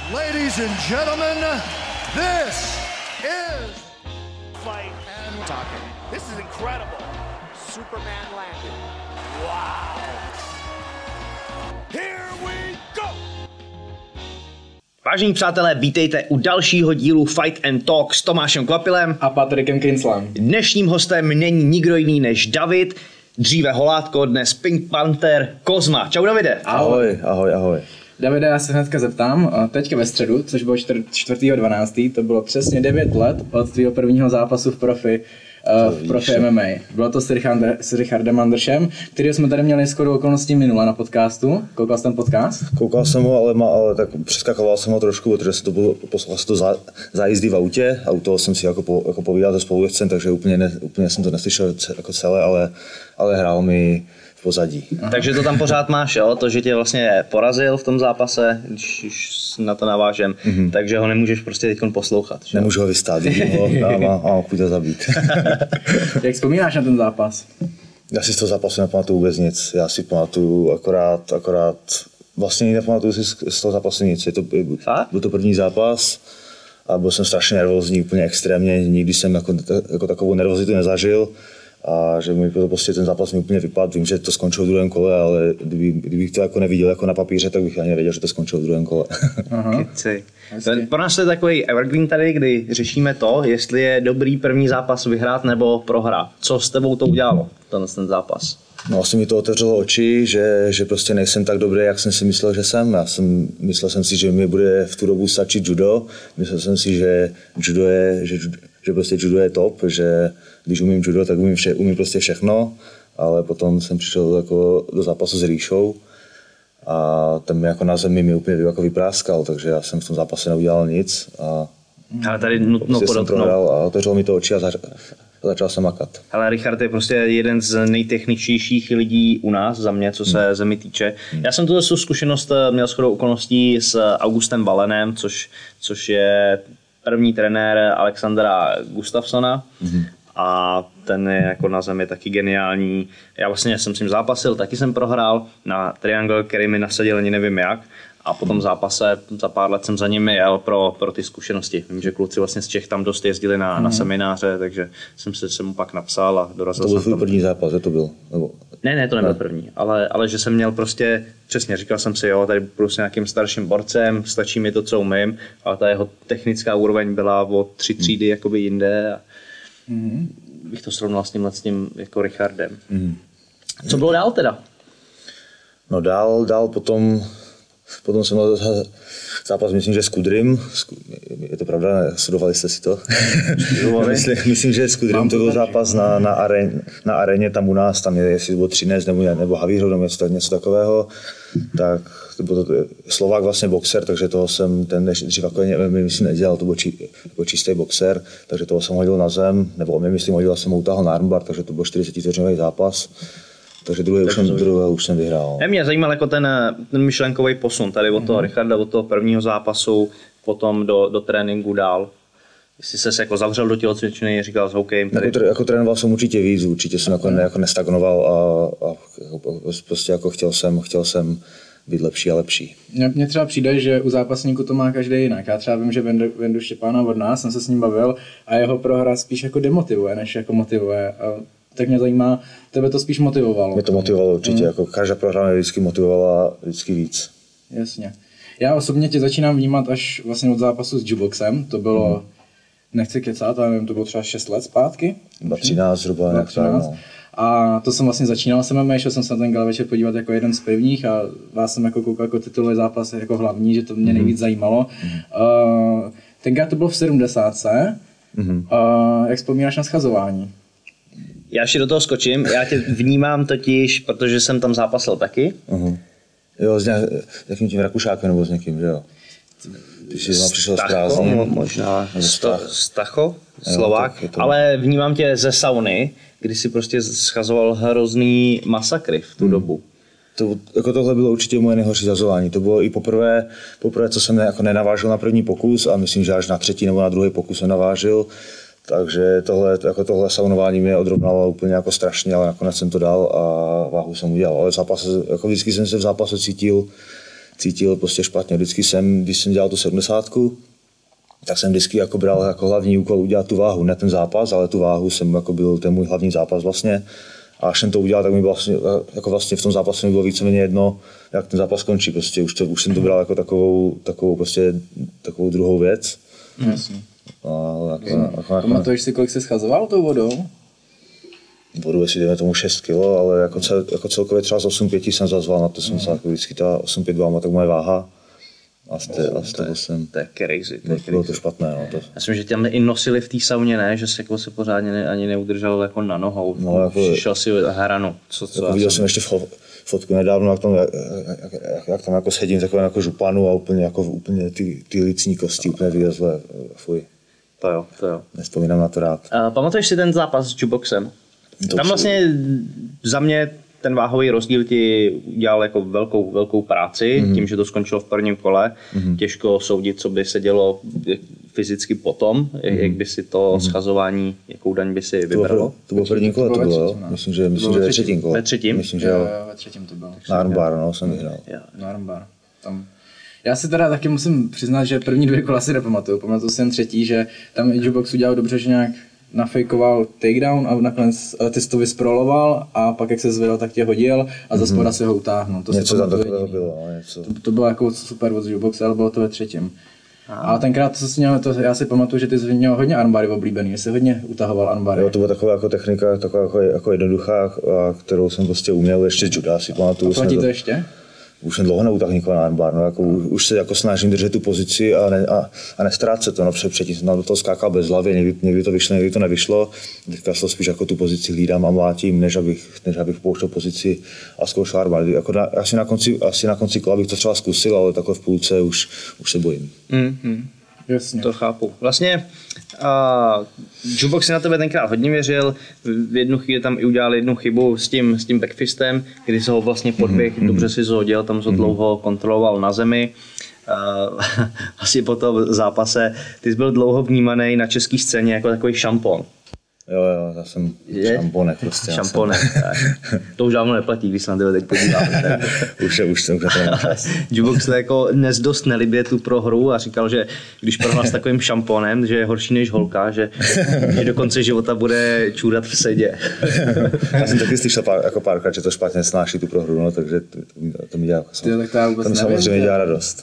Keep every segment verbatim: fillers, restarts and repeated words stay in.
Ladies and gentlemen, this is fight and talking. This is incredible. Superman landed. Wow. Here we go. Vážení přátelé, vítejte u dalšího dílu Fight and Talk s Tomášem Kvapilem a Patrikem Kinslem. Dnešním hostem není nikdo jiný než David, dříve Holátko, dnes Pink Panther, Kozma. Čau Davide. Ahoj, ahoj, ahoj. Davide, já se hnedka zeptám, teďka ve středu, což bylo čtvrtého dvanáctého to bylo přesně devět let od tvého prvního zápasu v profi, uh, v profi M M A. Bylo to s, Richard, s Richardem Andersem, kterého jsme tady měli shodou okolností minule na podcastu. Koukal jsi ten podcast? Koukal jsem ho, ale, má, ale tak přeskakoval jsem ho trošku, protože se to bylo poslal to za, zájezdy v autě a u toho jsem si jako, po, jako povídal se spolujezdcem, takže úplně, ne, úplně jsem to neslyšel jako celé, ale, ale hrál mi v pozadí. Aha. Takže to tam pořád máš, jo? To, že tě vlastně porazil v tom zápase, když už na to navážem, mm-hmm. takže ho nemůžeš prostě teď poslouchat. Že? Nemůžu ho vystát, a mám chuť ho zabít. Jak vzpomínáš na ten zápas? Já si z toho zápasu nepamatuju vůbec nic, já si pamatuju akorát, akorát, vlastně nepamatuju si z toho zápasu nic. Je to, byl to první zápas a byl jsem strašně nervózní, úplně extrémně, nikdy jsem jako, jako takovou nervozitu nezažil. A že mi to prostě ten zápas mi úplně vypadl, vím, že to skončilo v druhém kole, ale kdyby, kdybych to jako neviděl jako na papíře, tak bych ani nevěděl, že to skončilo v druhém kole. Aha. Pro nás to je takový evergreen tady, kdy řešíme to, jestli je dobrý první zápas vyhrát nebo prohrát. Co s tebou to udělalo, ten, ten zápas? No asi mi to otevřelo oči, že, že prostě nejsem tak dobrý, jak jsem si myslel, že jsem. Já jsem myslel jsem si, že mi bude v tu dobu stačit judo. Myslel jsem si, že judo je, že, že prostě judo je top, že když umím judo, tak umím, vše, umím prostě všechno, ale potom jsem přišel jako do zápasu s Ríšou a ten mi jako na zemi mi úplně jako vypráskal, takže já jsem v tom zápase neudělal nic. A ale tady nutno prostě podotknout. A otevřelo mi to oči a zač- začal jsem makat. Ale Richard je prostě jeden z nejtechničtějších lidí u nás, za mě, co se hmm. zemi týče. Hmm. Já jsem tuto zkušenost měl shodou okolností s Augustem Valenem, což, což je první trenér Alexandra Gustafsona. Hmm. A ten je jako na zemi taky geniální. Já vlastně jsem s ním zápasil, taky jsem prohrál na triangle, který mi nasadil ani nevím jak. A po tom zápase za pár let jsem za nimi jel pro, pro ty zkušenosti. Vím, že kluci vlastně z Čech tam dost jezdili na, hmm. na semináře, takže jsem se jsem mu pak napsal a dorazil jsem tam. To byl tvůj první zápas, že to byl? Nebo... Ne, ne, to nebyl ne. první, ale, ale že jsem měl prostě, přesně říkal jsem si, jo, tady budu s nějakým starším borcem, stačí mi to, co umím, ale ta jeho technická úroveň byla o tři třídy hmm. jakoby jinde. A mm. bych to srovnal s tímhle s tím jako Richardem. Mm. Co bylo dál teda? No dál, dál potom, potom jsem měl zápas, myslím, že s Kudrym. Je to pravda, studovali jste si to? myslím, myslím, že s Kudrym to byl zápas na, na, aréně, na aréně tam u nás, tam je, jestli to bylo Třinec nebo, nebo Havířov, nebo něco, něco takového. Tak to byl to, Slovák vlastně boxer, takže toho jsem ten dřív jako myslím nedělal, to byl či, jako čistý boxer, takže toho jsem hodil na zem, nebo my myslím hodil jsem ho utáhl na armbar, takže to byl čtyřicetivteřinový zápas. Takže druhý už, jsem, druhý už jsem vyhrál. Ne, mě zajímal jako ten, ten myšlenkový posun tady od toho mm-hmm. Richarda, od toho prvního zápasu, potom do, do tréninku dál. Jestli ses jako zavřel do tělocvičny, říkal s hokejem. Tady... Jako, jako trénoval jsem určitě víc, určitě jsem jako, ne, jako nestagnoval a, a prostě jako chtěl jsem, chtěl jsem být lepší a lepší. Mně třeba přijde, že u zápasníků to má každý jinak. Já třeba vím, že Vendu, Vendu Štěpána od nás, jsem se s ním bavil a jeho prohra spíš jako demotivuje, než jako motivuje. A tak mě zajímá, tebe to spíš motivovalo. Mě to motivovalo určitě, mm. jako každá prohra mě vždycky motivovala vždycky víc. Jasně. Já osobně tě začínám vnímat až vlastně od zápasu s judoboxem, to bylo, mm. nechci kecat, ale nevím, to bylo třeba šest let zpátky. třináct zhruba. No, třináct. No. A to jsem vlastně začínal s M M A, šel jsem se na ten gala večer podívat jako jeden z prvních a vás jsem jako koukal jako titulový zápas jako hlavní, že to mě nejvíc mm. zajímalo. Mm. Uh, tenkrát to bylo v sedmdesátce. Mm. Uh, jak vzpomínáš na schazování? Já ještě do toho skočím, já tě vnímám totiž, protože jsem tam zápasil taky. Uh-huh. Jo, s nějakým tím Rakušákem nebo s někým, že jo? Ty jsi tam přišel z prázdnin. Možná Sto, Stacho, Slovák, jo, to, to... ale vnímám tě ze sauny, kdy jsi prostě schazoval hrozný masakry v tu hmm. dobu. To, jako tohle bylo určitě moje nejhorší schazování. To bylo i poprvé, poprvé co jsem ne, jako nenavážil na první pokus a myslím, že až na třetí nebo na druhý pokus jsem navážil. Takže tohle, jako tohle saunování mě odrovnalo úplně jako strašně, ale nakonec jsem to dal a váhu jsem udělal. Ale v zápase, jako vždycky jsem se v zápase cítil, cítil prostě špatně. Vždycky jsem, když jsem dělal tu sedmdesátku, tak jsem vždycky jako bral jako hlavní úkol udělat tu váhu, ne ten zápas, ale tu váhu jsem jako byl ten můj hlavní zápas vlastně. A až jsem to udělal, tak mi vlastně, jako vlastně v tom zápase mi bylo víceméně jedno, jak ten zápas končí. Prostě už, to, už jsem to bral jako takovou, takovou, prostě, takovou druhou věc. Jasně. Pamatuješ si, kolik jsi schazoval tou vodou? Vodu, jestli jdeme tomu šest kilo, ale jako, cel, jako celkově třeba z osm pět jsem zazval, na to jsem se jako vždycky ta osm pět dva má tak moje váha. A z toho jsem... To je crazy. To, to bylo to špatné. No, to... Já myslím, že tam i nosili v té sauně, ne? Že se, jako se pořádně ne, ani neudržel jako na nohou. No, jako, přišel si hranu. Co, co jako viděl jsem ještě fotku nedávno, jak tam, jak, jak, jak tam jako sedím takovém jako županu a úplně, jako, úplně ty, ty lícní kosti úplně vylezlé. Fuj. To jo, to jo. Nespomínám na to rád. Uh, pamatuješ si ten zápas s juboxem? To tam vlastně za mě ten váhový rozdíl ti udělal jako velkou, velkou práci, mm-hmm. tím, že to skončilo v prvním kole. Mm-hmm. Těžko soudit, co by se dělo fyzicky potom, mm-hmm. jak by si to mm-hmm. schazování, jakou daň by si vybralo. To bylo v prvním kole, to bylo, jo? Myslím, že, myslím, že ve třetím kole. Ve třetím? Myslím, že jo. Ve třetím to bylo. Na armbar, no, jsem vyhrál. Na armbar. Tam... Já si teda taky musím přiznat, že první dvě kola si nepamatuju. Pamatuju si jen třetí, že tam Jubox udělal dobře, že nějak nafejkoval takedown a nakonec ty jsi to vysproloval a pak jak se zvedl, tak tě hodil a za spoda si ho utáhnul. To něco tam takového bylo. Něco. To, to bylo jako super od Juboxe, ale bylo to ve třetím. A tenkrát to jsi měl, to, já si pamatuju, že ty jsi měl hodně armbary oblíbený, že jsi hodně utahoval armbary. Jo, to byla taková jako technika, taková jako, jako jednoduchá, kterou jsem prostě uměl ještě z juda, si pamatuju. A platí to ještě? Už jsem dlouho neutah nikoho na armbar, no, jako, už se jako snažím držet tu pozici a, ne, a, a nestrácet to. No, předtím jsem do toho skákal bez hlavy, někdy, někdy to vyšlo, někdy to nevyšlo. Teďka to spíš jako tu pozici hlídám a mlátím, než abych, než abych pouštěl pozici a zkoušel armbar. Jako na, asi, na konci, asi na konci kola bych to třeba zkusil, ale takhle v půlce už, už se bojím. Mm-hmm. Jasně. To chápu. Vlastně uh, Jubox si na tebe tenkrát hodně věřil, v jednu chvíli tam i udělal jednu chybu s tím, s tím backfistem, kdy se ho vlastně podběh, mm-hmm. dobře si zhodil, tam se mm-hmm. dlouho kontroloval na zemi. Uh, asi po tom zápase ty jsi byl dlouho vnímaný na české scéně jako takový šampon. Jo, jo, já jsem šamponek prostě. Šamponek, tak. To už dávno neplatí, když se na tebe teď podíváme. už, už jsem to čas. Jubox to jako dnes dost nelibě tu prohru a říkal, že když prohrál s takovým šamponem, že je horší než holka, že, že do konce života bude čůrat v sedě. Já jsem taky slyšel pár, jako párkrát, že to špatně snáší tu prohru, no, takže to, to, to mi dělá, jako to mi samozřejmě dělá radost.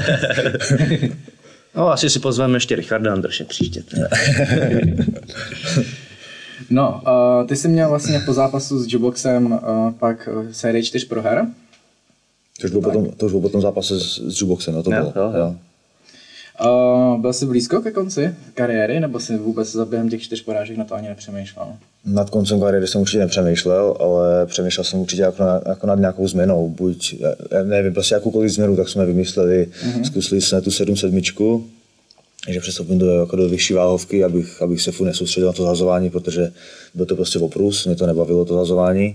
No, asi si pozveme ještě Richarda Anderše příště. No, uh, ty jsi měl vlastně po zápasu s Juboxem uh, pak sérii čtyř proher. To už bylo potom, to už bylo potom zápase s, s Juboxem, no to jo, bylo. Jo, jo. Uh, byl jsi blízko ke konci kariéry, nebo jsi vůbec za během těch čtyř porážek na to ani nepřemýšlel? Nad koncem kariéry jsem určitě nepřemýšlel, ale přemýšlel jsem určitě jako, na, jako nad nějakou změnou. Buď, nevím, prostě jakoukoliv změnu, tak jsme vymysleli, mm-hmm. zkusili jsme tu sedm sedmičku, že přestoupím do, jako do vyšší váhovky, abych, abych se furt nesoustředil na to zhazování, protože byl to prostě oprus, mě to nebavilo to zhazování.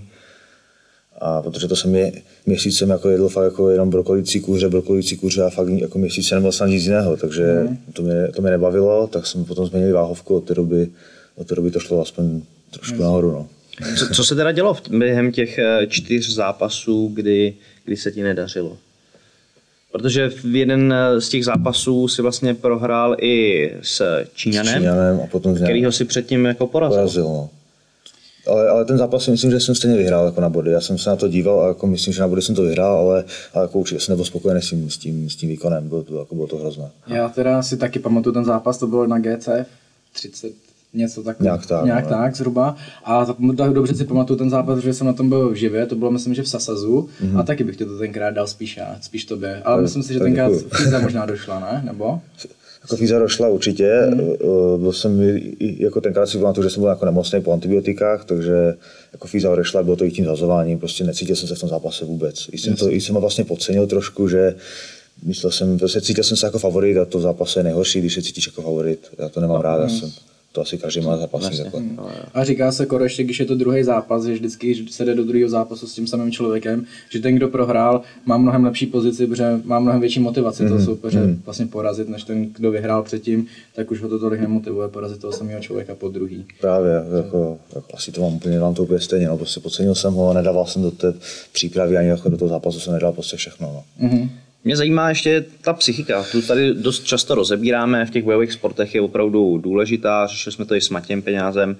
A protože to jsem mě měsícem jako jedl fakt jako jenom brokolící kuře, brokolící kuře a fakt jako měsíce neměl snad nic jiného, takže mm. to, mě, to mě nebavilo, tak jsme potom změnili váhovku, od té doby, od té doby to šlo aspoň trošku mm. nahoru. No. Co, co se teda dělo během těch čtyř zápasů, kdy, kdy se ti nedařilo? Protože v jeden z těch zápasů si vlastně prohrál i s Číňanem, s Číňanem a potom kterýho si předtím jako porazil. porazil no. Ale, ale ten zápas si myslím, že jsem stejně vyhrál jako na body. Já jsem se na to díval a jako myslím, že na body jsem to vyhrál, ale, ale jako určitě jsem nebyl spokojený s tím, s tím, s tím výkonem, bylo to, jako bylo to hrozné. Já teda si taky pamatuju ten zápas, to bylo na G C třicet, něco tak, nějak tak, nějak tak zhruba. A tak dobře si pamatuju ten zápas, že jsem na tom byl živě, to bylo myslím, že v Sasazu mm-hmm. a taky bych to tenkrát dal spíš já, spíš tobě. Ale tak, myslím si, že tenkrát Fíza možná došla, ne? Nebo? Jako Fíza došla určitě, hmm. byl jsem jako tenkrát si pamatuju, že jsem byl jako nemocný po antibiotikách, takže jako Fíza odešla, bylo to i tím zhazováním, prostě necítil jsem se v tom zápase vůbec. I jsem, to, i jsem ho vlastně podcenil trošku, že myslel jsem, prostě cítil jsem se jako favorit a to v zápase je nejhorší, když se cítíš jako favorit, já to nemám rád, jsem, to asi každý má zápasy. Hmm. A říká se koro ještě, když je to druhý zápas, že vždycky se jde do druhého zápasu s tím samým člověkem, že ten, kdo prohrál, má mnohem lepší pozici, protože má mnohem větší motivaci mm-hmm. toho soupeře mm. vlastně porazit, než ten, kdo vyhrál předtím, tak už ho to tolik nemotivuje porazit toho samého člověka po druhý. Právě, jako, jako, asi to mám úplně, mám to úplně stejně, no, prostě podcenil jsem ho, nedával jsem do té přípravy, ani jako do toho zápasu jsem nedal prostě všechno. No. Mm-hmm. Mě zajímá ještě ta psychika. Tu tady dost často rozebíráme, v těch bojových sportech je opravdu důležitá, řešili jsme to i s Matějem Peňázem.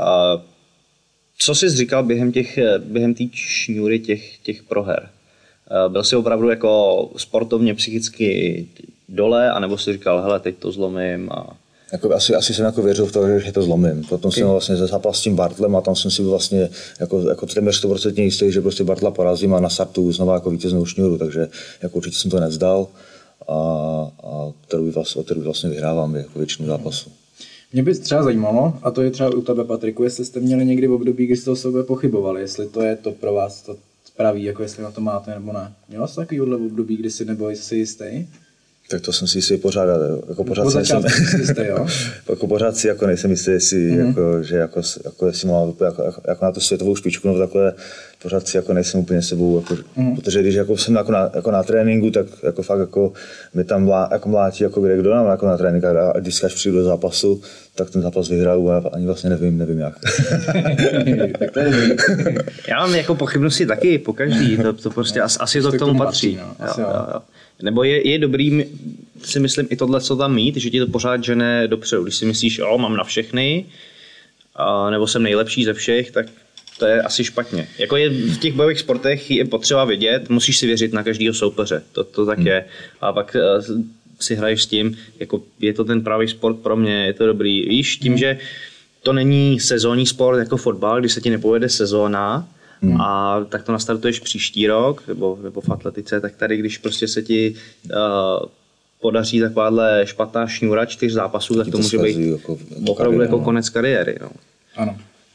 Co jsi říkal během těch, během té šňůry těch, těch proher? Byl jsi opravdu jako sportovně, psychicky dole, anebo jsi říkal, hele, teď to zlomím a... Jako, asi, asi jsem jako věřil v to, že to zlomím. Potom okay. jsem vlastně zápas s tím Bartlem a tam jsem si byl vlastně jako, jako téměř sto procent jistý, že prostě Bartla porazím a na startu znova jako vítěznou šňůru, takže jako určitě jsem to nevzdal a, a kterou vlastně, vlastně vyhrávám jako většinu zápasu. Mě by třeba zajímalo, a to je třeba u tebe, Patriku, jestli jste měli někdy v období, kdy jste o sobě pochybovali, jestli to je to pro vás to praví, jako jestli na to máte nebo ne. Měl jsi takovýhle období, kdy si nebo jsi jistý? Tak to jsem si jistý pořád, jako pořád po si nejsem, jistý, jo? jako pořád si jako nejsem jistý, jestli, mm-hmm. jako, že jako, jako jestli mám jako, jako, jako, na tu světovou špičku, no takhle pořád si jako nejsem úplně sebou, jako, mm-hmm. protože když jako jsem jako na, jako na tréninku, tak jako fakt jako mi tam mlá, jako mlátí jako kde kdo nám jako na tréninku a když až přijdu do zápasu, tak ten zápas vyhraju a ani vlastně nevím, nevím jak. Tak to je Já mám jako pochybnosti taky po každý, to, to prostě asi, asi to k tomu patří. No, jo, jo, jo. Nebo je, je dobrý, si myslím, i tohle, co tam mít, že ti to pořád žene dopředu. Když si myslíš, jo, mám na všechny, a, nebo jsem nejlepší ze všech, tak to je asi špatně. Jako je v těch bojových sportech je potřeba vědět, musíš si věřit na každého soupeře, to, to tak je. A pak uh, si hraješ s tím, jako je to ten pravý sport pro mě, je to dobrý. Víš, tím, že to není sezónní sport jako fotbal, když se ti nepovede sezóna, Hmm. a tak to nastartuješ příští rok, nebo, nebo v atletice, tak tady, když prostě se ti uh, podaří takováhle špatná šňůra čtyř zápasů, tak to, to může být jako, jako opravdu jako konec kariéry. No. Ano.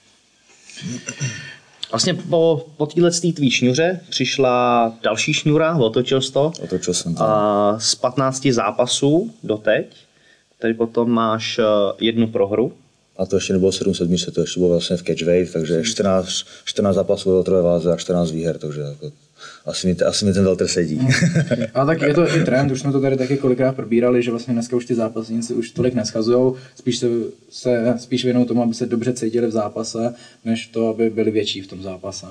Vlastně po, po téhle tvý šňůře přišla další šňůra, otočil jsi to. Otočil jsem to. Uh, z patnácti zápasů doteď, tady potom máš uh, jednu prohru. A to ještě nebylo sedm set míst, to ještě bylo vlastně v catchweight, takže čtrnáct, čtrnáct zápasů ve veltrové váze a čtrnáct výher, takže jako, asi, mi, asi mi ten veltr sedí. A tak je to i trend, už jsme to tady taky kolikrát probírali, že vlastně dneska už ty zápasníci už tolik neschazujou, spíš se, se spíš věnou tomu, aby se dobře cítili v zápase, než to, aby byli větší v tom zápase.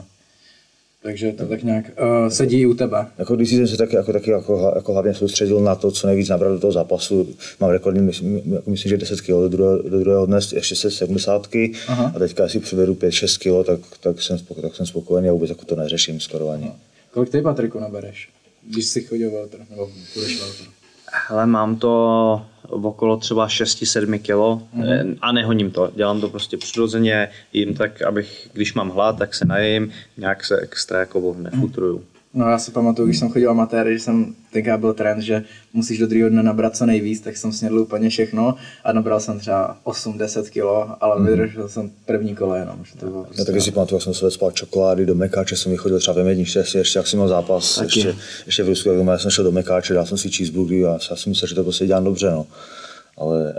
Takže to tak nějak uh, sedí i u tebe. Jako když jsem se taky, jako, taky jako, jako hlavně soustředil na to, co nejvíc nabrat do toho zápasu. Mám rekordní, myslím, jako myslím že deset kilo, do druhého, do druhého dne ještě se sedmdesátky a teďka asi přivedu pět šest kilo, tak, tak, jsem, tak jsem spokojený a vůbec jako to neřeším skoro ani. No. Kolik ty, Patriku, nabereš, když jsi chodil veltr, nebo budeš veltr? Hele, mám to okolo třeba šest sedm kilo mm-hmm. a nehoním to. Dělám to prostě přirozeně, jím tak, abych, když mám hlad, tak se najím, nějak se extra jako nefutruju. No já si pamatuju, když jsem chodil amatéry, že jsem tenkrát byl trend, že musíš do druhého dne nabrat co nejvíc, tak jsem snědl úplně všechno a nabral jsem třeba osm deset kilo, ale mm. vydržel jsem první kolo jenom. Že to bylo prostě... Já taky si pamatuju, jak jsem se spal čokolády do Mekáče, jsem vychodil třeba ve Medničce, ještě, ještě jak jsem měl zápas, ještě, ještě v Rusku, jak já jsem šel do Mekáče, dal jsem si cheeseburgery a já jsem myslel, že to prostě dělám dobře, no. Ale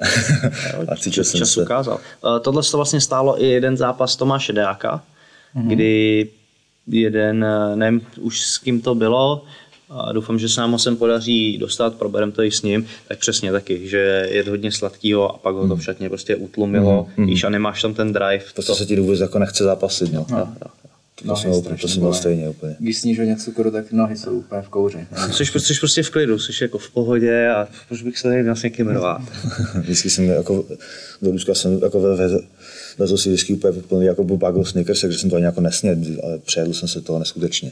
a cítil jsem se. Ukázal. Uh, tohle to vlastně stálo i jeden zápas Tomáše Deáka, mm-hmm. kdy jeden, nevím už s kým to bylo, a doufám, že se nám ho sem podaří dostat, proberem to i s ním, tak přesně taky, že je hodně sladkýho a pak ho to v šatně prostě utlumilo, mm. víš, a nemáš tam ten drive. To, to se ti vůbec jako nechce zápasit, no. no. jo, jo. To, to, jsem, to jsem byl stejně úplně. Když sníš hodně cukru, tak nohy jsou úplně v kouři. Jsi, jsi prostě v klidu, jsi jako v pohodě a proč bych se tady měl s někým jmenovat. Vždycky jsem jako, do Ruska jsem jako ve, ve vezl si vždycky úplně plný jako bagel Snickers, takže jsem to ani jako nesněd, ale přejedl jsem se toho neskutečně.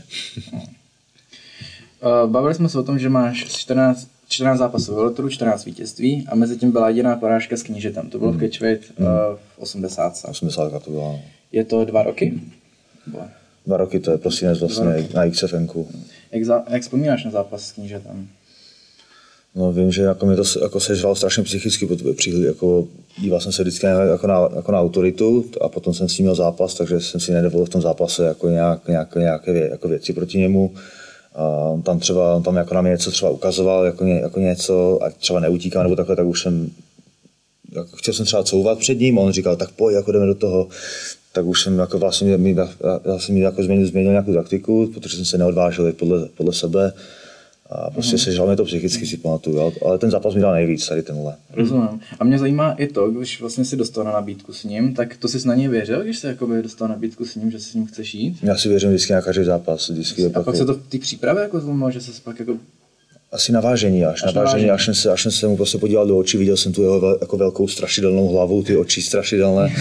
Bavili jsme se o tom, že máš čtrnáct, čtrnáct zápasů ve veltru, čtrnáct vítězství a mezi tím byla jediná porážka s knížetem. To bylo v catchweight mm. v osmdesátce. osmdesátka to bylo. Je to dva roky? Dva roky, to je prosinec vlastně na X F N ku. Jak, za, jak vzpomínáš na zápas s knížetem? No vím, že jako mě to jako sežral strašně psychicky, protože jako díval jsem se vždycky jako na, jako na autoritu a potom jsem s ním měl zápas, takže jsem si nedovolil v tom zápase jako nějak, nějak, nějaké vě, jako věci proti němu. A on tam třeba, on tam jako na mě něco třeba ukazoval, jako, ně, jako něco, a třeba neutíkám nebo takhle, tak už jsem, jako chtěl jsem třeba couvat před ním a on říkal, tak pojď, jako jdeme do toho. Tak už jsem jako vlastně mi, vlastně mi jako změnil, změnil nějakou taktiku, protože jsem se neodvážil podle, podle sebe. A prostě mm-hmm. sežral mě to psychicky, si pamatuju, ale ten zápas mi dal nejvíc, tady tenhle. Rozumím. A mě zajímá i to, když vlastně si dostal na nabídku s ním, tak to jsi na něj věřil, když jsi jakoby dostal nabídku s ním, že si s ním chceš jít? Já si věřím vždycky na každý zápas. Vždycky a pak se to v té přípravě jako zlomilo, že se pak jako Asi navážení až, až navážení, až jsem, se, až jsem se mu prostě podíval do očí, viděl jsem tu jeho vel, jako velkou strašidelnou hlavu, ty oči strašidelné.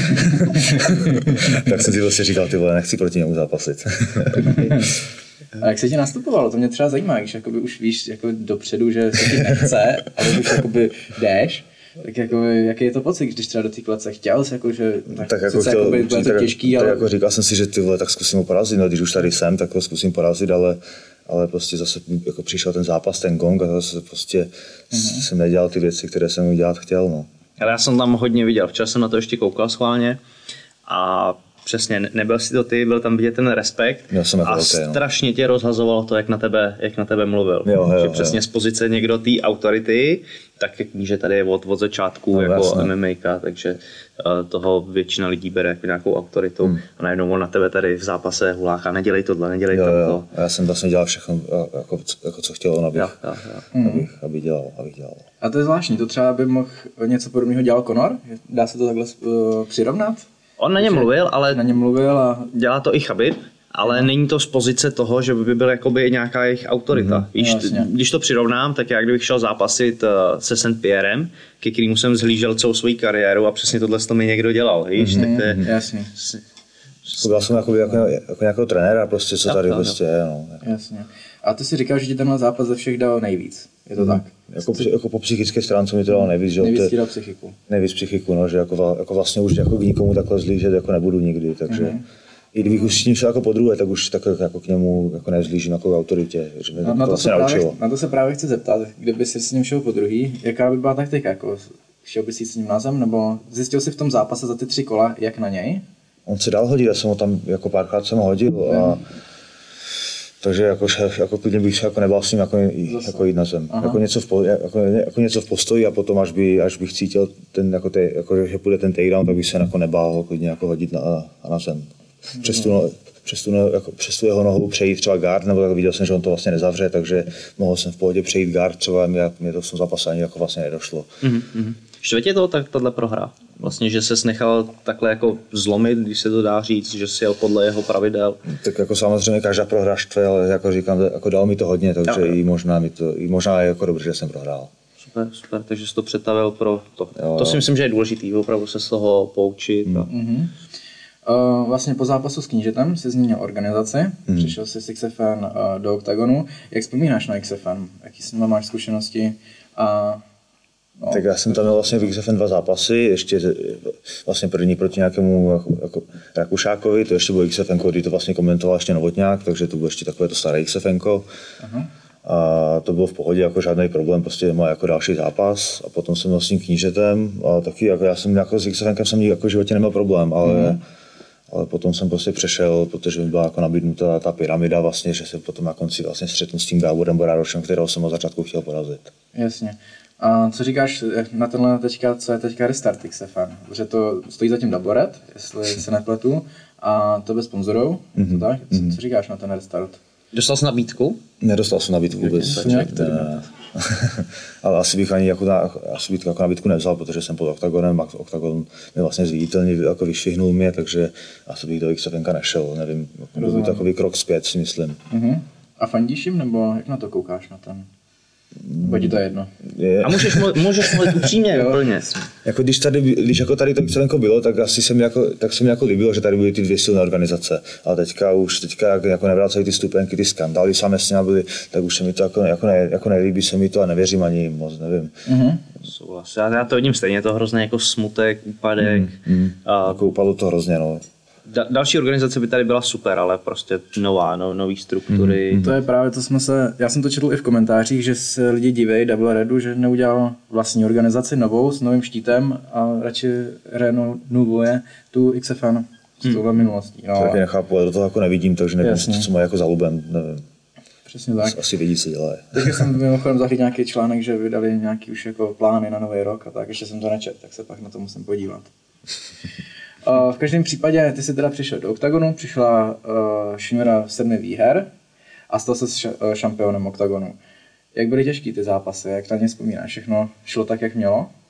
Tak jsem si prostě říkal, ty vole, nechci proti němu zápasit. A jak se ti nastupovalo? To mě třeba zajímá, když jakoby už víš jako dopředu, že se ti nechce, ale už jakoby jdeš. Tak jako, jaký je to pocit, když třeba do té klece chtěl jsi, jako, že tak, tak jako chtěl, jakoby, bude to těžký, tak, ale... tak jako říkal jsem si, že ty vole, tak zkusím ho porazit, no, když už tady jsem, tak ho zkusím porazit, ale, ale prostě zase jako přišel ten zápas, ten gong a zase prostě mm-hmm. jsem nedělal ty věci, které jsem dělat chtěl. No. Ale já jsem tam hodně viděl, včera jsem na to ještě koukal schválně a přesně, nebyl si to ty, byl tam vidět ten respekt jako a velký, no. strašně tě rozhazovalo to, jak na tebe, jak na tebe mluvil. Jo, jo, že jo. přesně z pozice někdo té autority, tak jak ví, že tady je od, od začátku no, jako jasně. M M A, takže uh, toho většina lidí bere jako nějakou autoritu hmm. a najednou on na tebe tady v zápase huláká, nedělej tohle, nedělej jo, tohle. Jo. A já jsem vlastně dělal všechno, jako, jako co chtěl on, abych, Jo, jo, jo. abych, abych, dělal, abych dělal. A to je zvláštní, to třeba by mohl něco podobného dělal Conor? Dá se to takhle uh, přirovnat? On na něm mluvil, ale Na něm mluvil a... dělá to i Chabib, ale není to z pozice toho, že by byl jakoby nějaká jejich autorita. Mm-hmm. Víš, Jasně. když to přirovnám, tak já kdybych šel zápasit uh, se Saint Pierrem, ke kterému jsem zhlížel celou svou kariéru a přesně tohle to mi někdo dělal, víš, mm-hmm. tak to je... Jasně. Byl jsem jako, jako, jako nějakého trenéra, prostě, co Jo, tady jo, prostě je. No. Jasně. A ty si říkal, že ti tenhle zápas ze všech dal nejvíc. Je to tak? Jako, jako po psychické stránce mi to dalo nejvíc, že Nejvíc to ti je- dal psychiku. nejvíc psychiku, no, že jako, va- jako vlastně už jako k nikomu takhle zlížet jako nebudu nikdy, takže Mhm. i kdybych už s ním šel jako po druhé, tak už tak jako k němu jako nezlížím jako k autoritě, že mě Na, to, na, to vlastně se právě, naučilo. na to se právě chci zeptat, kdyby si s ním šel po druhý, jaká by byla taktika? Jako, šel bys jít s ním na zem, nebo zjistil jsi v tom zápase za ty tři kola, jak na něj? On se dal hodit, já jsem ho tam jako párkrát jsem ho hodil a takže jako, šéf, jako klidně bych se jako nebál s ním jako, jako jít na zem. Jako něco, v, po- jako, jako něco v postoji a potom až, by, až bych cítil, ten, jako te, jako, že půjde ten takedown, tak bych se jako nebál ho klidně jako hodit na, na zem. Přes tu, no, přes, tu, no, jako, přes tu jeho nohu přejít třeba guard, nebo tak viděl jsem, že on to vlastně nezavře, takže mohl jsem v pohodě přejít guard, třeba mě, mě to v tom zápase ani jako vlastně nedošlo. Mm-hmm. Štve tě to tak tahle prohra? Vlastně, že ses nechal takhle jako zlomit, když se to dá říct, že jsi jel podle jeho pravidel. Tak jako samozřejmě každá prohra štve, ale jako říkám, jako dal mi to hodně, takže Jo, jo. i možná, mi to, i možná je jako dobře, že jsem prohrál. Super, super, takže jsi to přetavil pro to. Jo, To si jo. myslím, že je důležitý, opravdu se z toho poučit. A... Uh, vlastně po zápasu s Knížetem jsi změnil organizaci, mm. přišel jsi s X F N uh, do Octagonu. Jak vzpomínáš na X F N? Jaký s nimi máš zkušenosti? A no, Tak já jsem tam měl vlastně v X F N dva zápasy, ještě z- vlastně první proti nějakému jako, jako Rakušákovi, to ještě bylo X F N, kdy to vlastně komentoval ještě Novotňák, takže to bylo ještě takové to staré X F N. A to bylo v pohodě, jako žádný problém, prostě má jako další zápas a potom jsem měl s tím Knížetem a taky jako já jsem jako s X F N jsem jako v životě neměl problém, ale, mm. ale potom jsem prostě přešel, protože mi byla jako nabídnuta ta pyramida vlastně, že se potom na konci vlastně střetnu s tím Gáborem Borárošem, kterého jsem od začátku chtěl porazit. jasně. A co říkáš na tenhle teďka, co je teďka restart X F N? Protože to stojí zatím Double Red, jestli se nepletu, a to bez sponzorů, mm-hmm. to tak? Co, co říkáš na ten restart? Dostal jsi nabídku? Nedostal jsem nabídku vůbec. Ne, Ne, ne. Ale asi bych ani jako, na, asi bych jako nabídku nevzal, protože jsem pod Octagonem a Octagon mě vlastně zviditelně jako vyšvihnul mě, takže asi bych do X F N nešel, nevím, byl by takový krok zpět, si myslím. Uh-huh. A fandíš jim, nebo jak na to koukáš na ten? Nebo ti to je jedno? Je, A můžeš, mluvit- můžeš mluvit upřímně, úplně. jako když, tady, když jako tady to X F N bylo, tak asi se mi jako, tak se mi jako líbilo, že tady byly ty dvě silné organizace. Ale teďka už teďka jak, jako nevracají ty stupenky, ty skandály samé s nimi byly, tak už se mi to jako, jako, ne, jako nelíbí se mi to a nevěřím ani jim moc, nevím. Uh-huh. Souhlas. Já, já to vidím stejně, je to hrozný jako smutek, úpadek. Mm. A Jako upadlo to hrozně, no. da, další organizace by tady byla super, ale prostě nová, no, nový struktury. Mm. To je právě to jsme se, já jsem to četl i v komentářích, že se lidi diví Double Redu, že neudělal vlastní organizaci novou s novým štítem a radši renovuje tu X F N s touhle minulostí. No, To taky nechápu, ale do toho jako nevidím, takže nevím, Jasně. co má jako za lubem, nevím. přesně tak. Asi vědí, co dělají. Teď jsem mimochodem zachytil nějaký článek, že vydali nějaký už jako plány na nový rok a tak, ještě jsem to nečet, tak se pak na to musím podívat. Uh, v každém případě ty jsi teda přišel do Octagonu, přišla uh, šňůra sedmi výher a stal se ša- uh, šampionem Octagonu. Jak byly těžký ty zápasy, jak na ně vzpomínáš? Všechno šlo tak, jak mělo?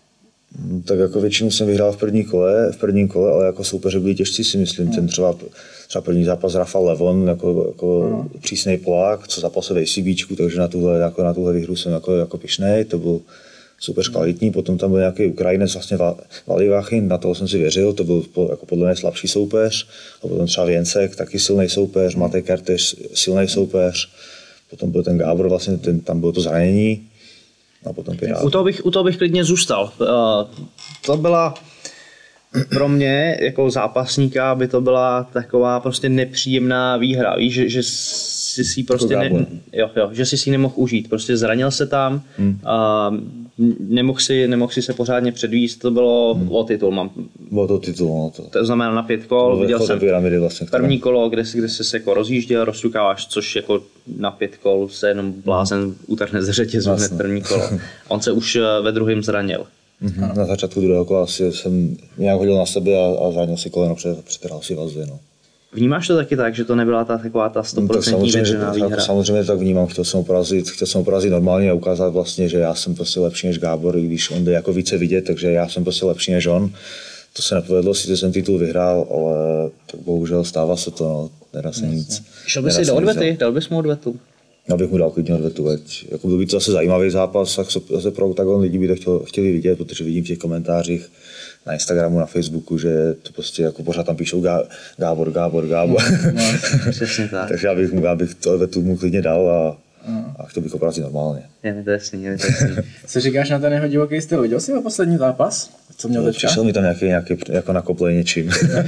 Tak jako většinu jsem vyhrál v první kole, v prvním kole, ale jako soupeři byli těžcí, si myslím. Mm. Ten třeba, třeba první zápas Rafael Levon, jako, jako mm. přísnej Polák, co zápasil v A C Bčku, takže na tuhle, jako na tuhle výhru jsem jako, jako pyšnej, to byl super kvalitní. Potom tam byl nějaký Ukrajinec, vlastně Vali Vachin, na toho jsem si věřil, to byl jako podle mě slabší soupeř. A potom třeba Věncek, taky silný soupeř, mm. Matej Kertéš, silný soupeř. Potom byl ten Gábor, vlastně ten, tam bylo to zranění. A potom u, toho bych, u toho bych klidně zůstal. Uh, to byla pro mě jako zápasníka by to byla taková prostě nepříjemná výhra. Víš, že, že si si prostě ne, jo, jo, že si si nemohl užít. Prostě zranil se tam hmm. a nemohl si, nemohl si se pořádně předvíst. To bylo hmm. o titul. Mám. Bylo to titul. No to. to znamená na pět kol. To viděl jsem vlastně, první kolo, kde, kde se jako rozjížděl, rozťukáváš, což jako na pět kol se jenom blázen utrhne z řetězu hned první kolo. On se už ve druhém zranil. Mm-hmm. Na začátku druhého kola asi jsem nějak hodil na sebe a, a zranil si koleno, přetrhal si vazby. No. Vnímáš to taky tak, že to nebyla ta taková ta sto procent většiná výhra? Samozřejmě tak vnímám, chtěl jsem ho porazit, chtěl jsem ho porazit normálně a ukázat vlastně, že já jsem prostě lepší než Gábor, i když on jde jako více vidět, takže já jsem prostě lepší než on. To se nepovedlo, sice jsem titul vyhrál, ale tak bohužel stává se to, no, nedá se nic. Šel bys si do odvety, dal bys mu odvetu? Já bych mu dal klidně odvetu, ať jako byl by to zase zajímavý zápas, tak zase pro Octagon lidi by to chtěli, chtěli vidět, protože vidím v těch komentářích na Instagramu, na Facebooku, že to prostě jako pořád tam píšou Gá, Gábor, Gábor, Gábor. No, přesně tak. Takže já bych, mu, já bych to odvetu mu klidně dal a, a chtěl bych ho porazit normálně. Je mi to jasný, je mi to jasný. Co říkáš na ten jeho divoký styl? Viděl jsi ho poslední zápas? Co měl teďka? Přišel mi tam nějaký, nějaký jako nakoplej něčím.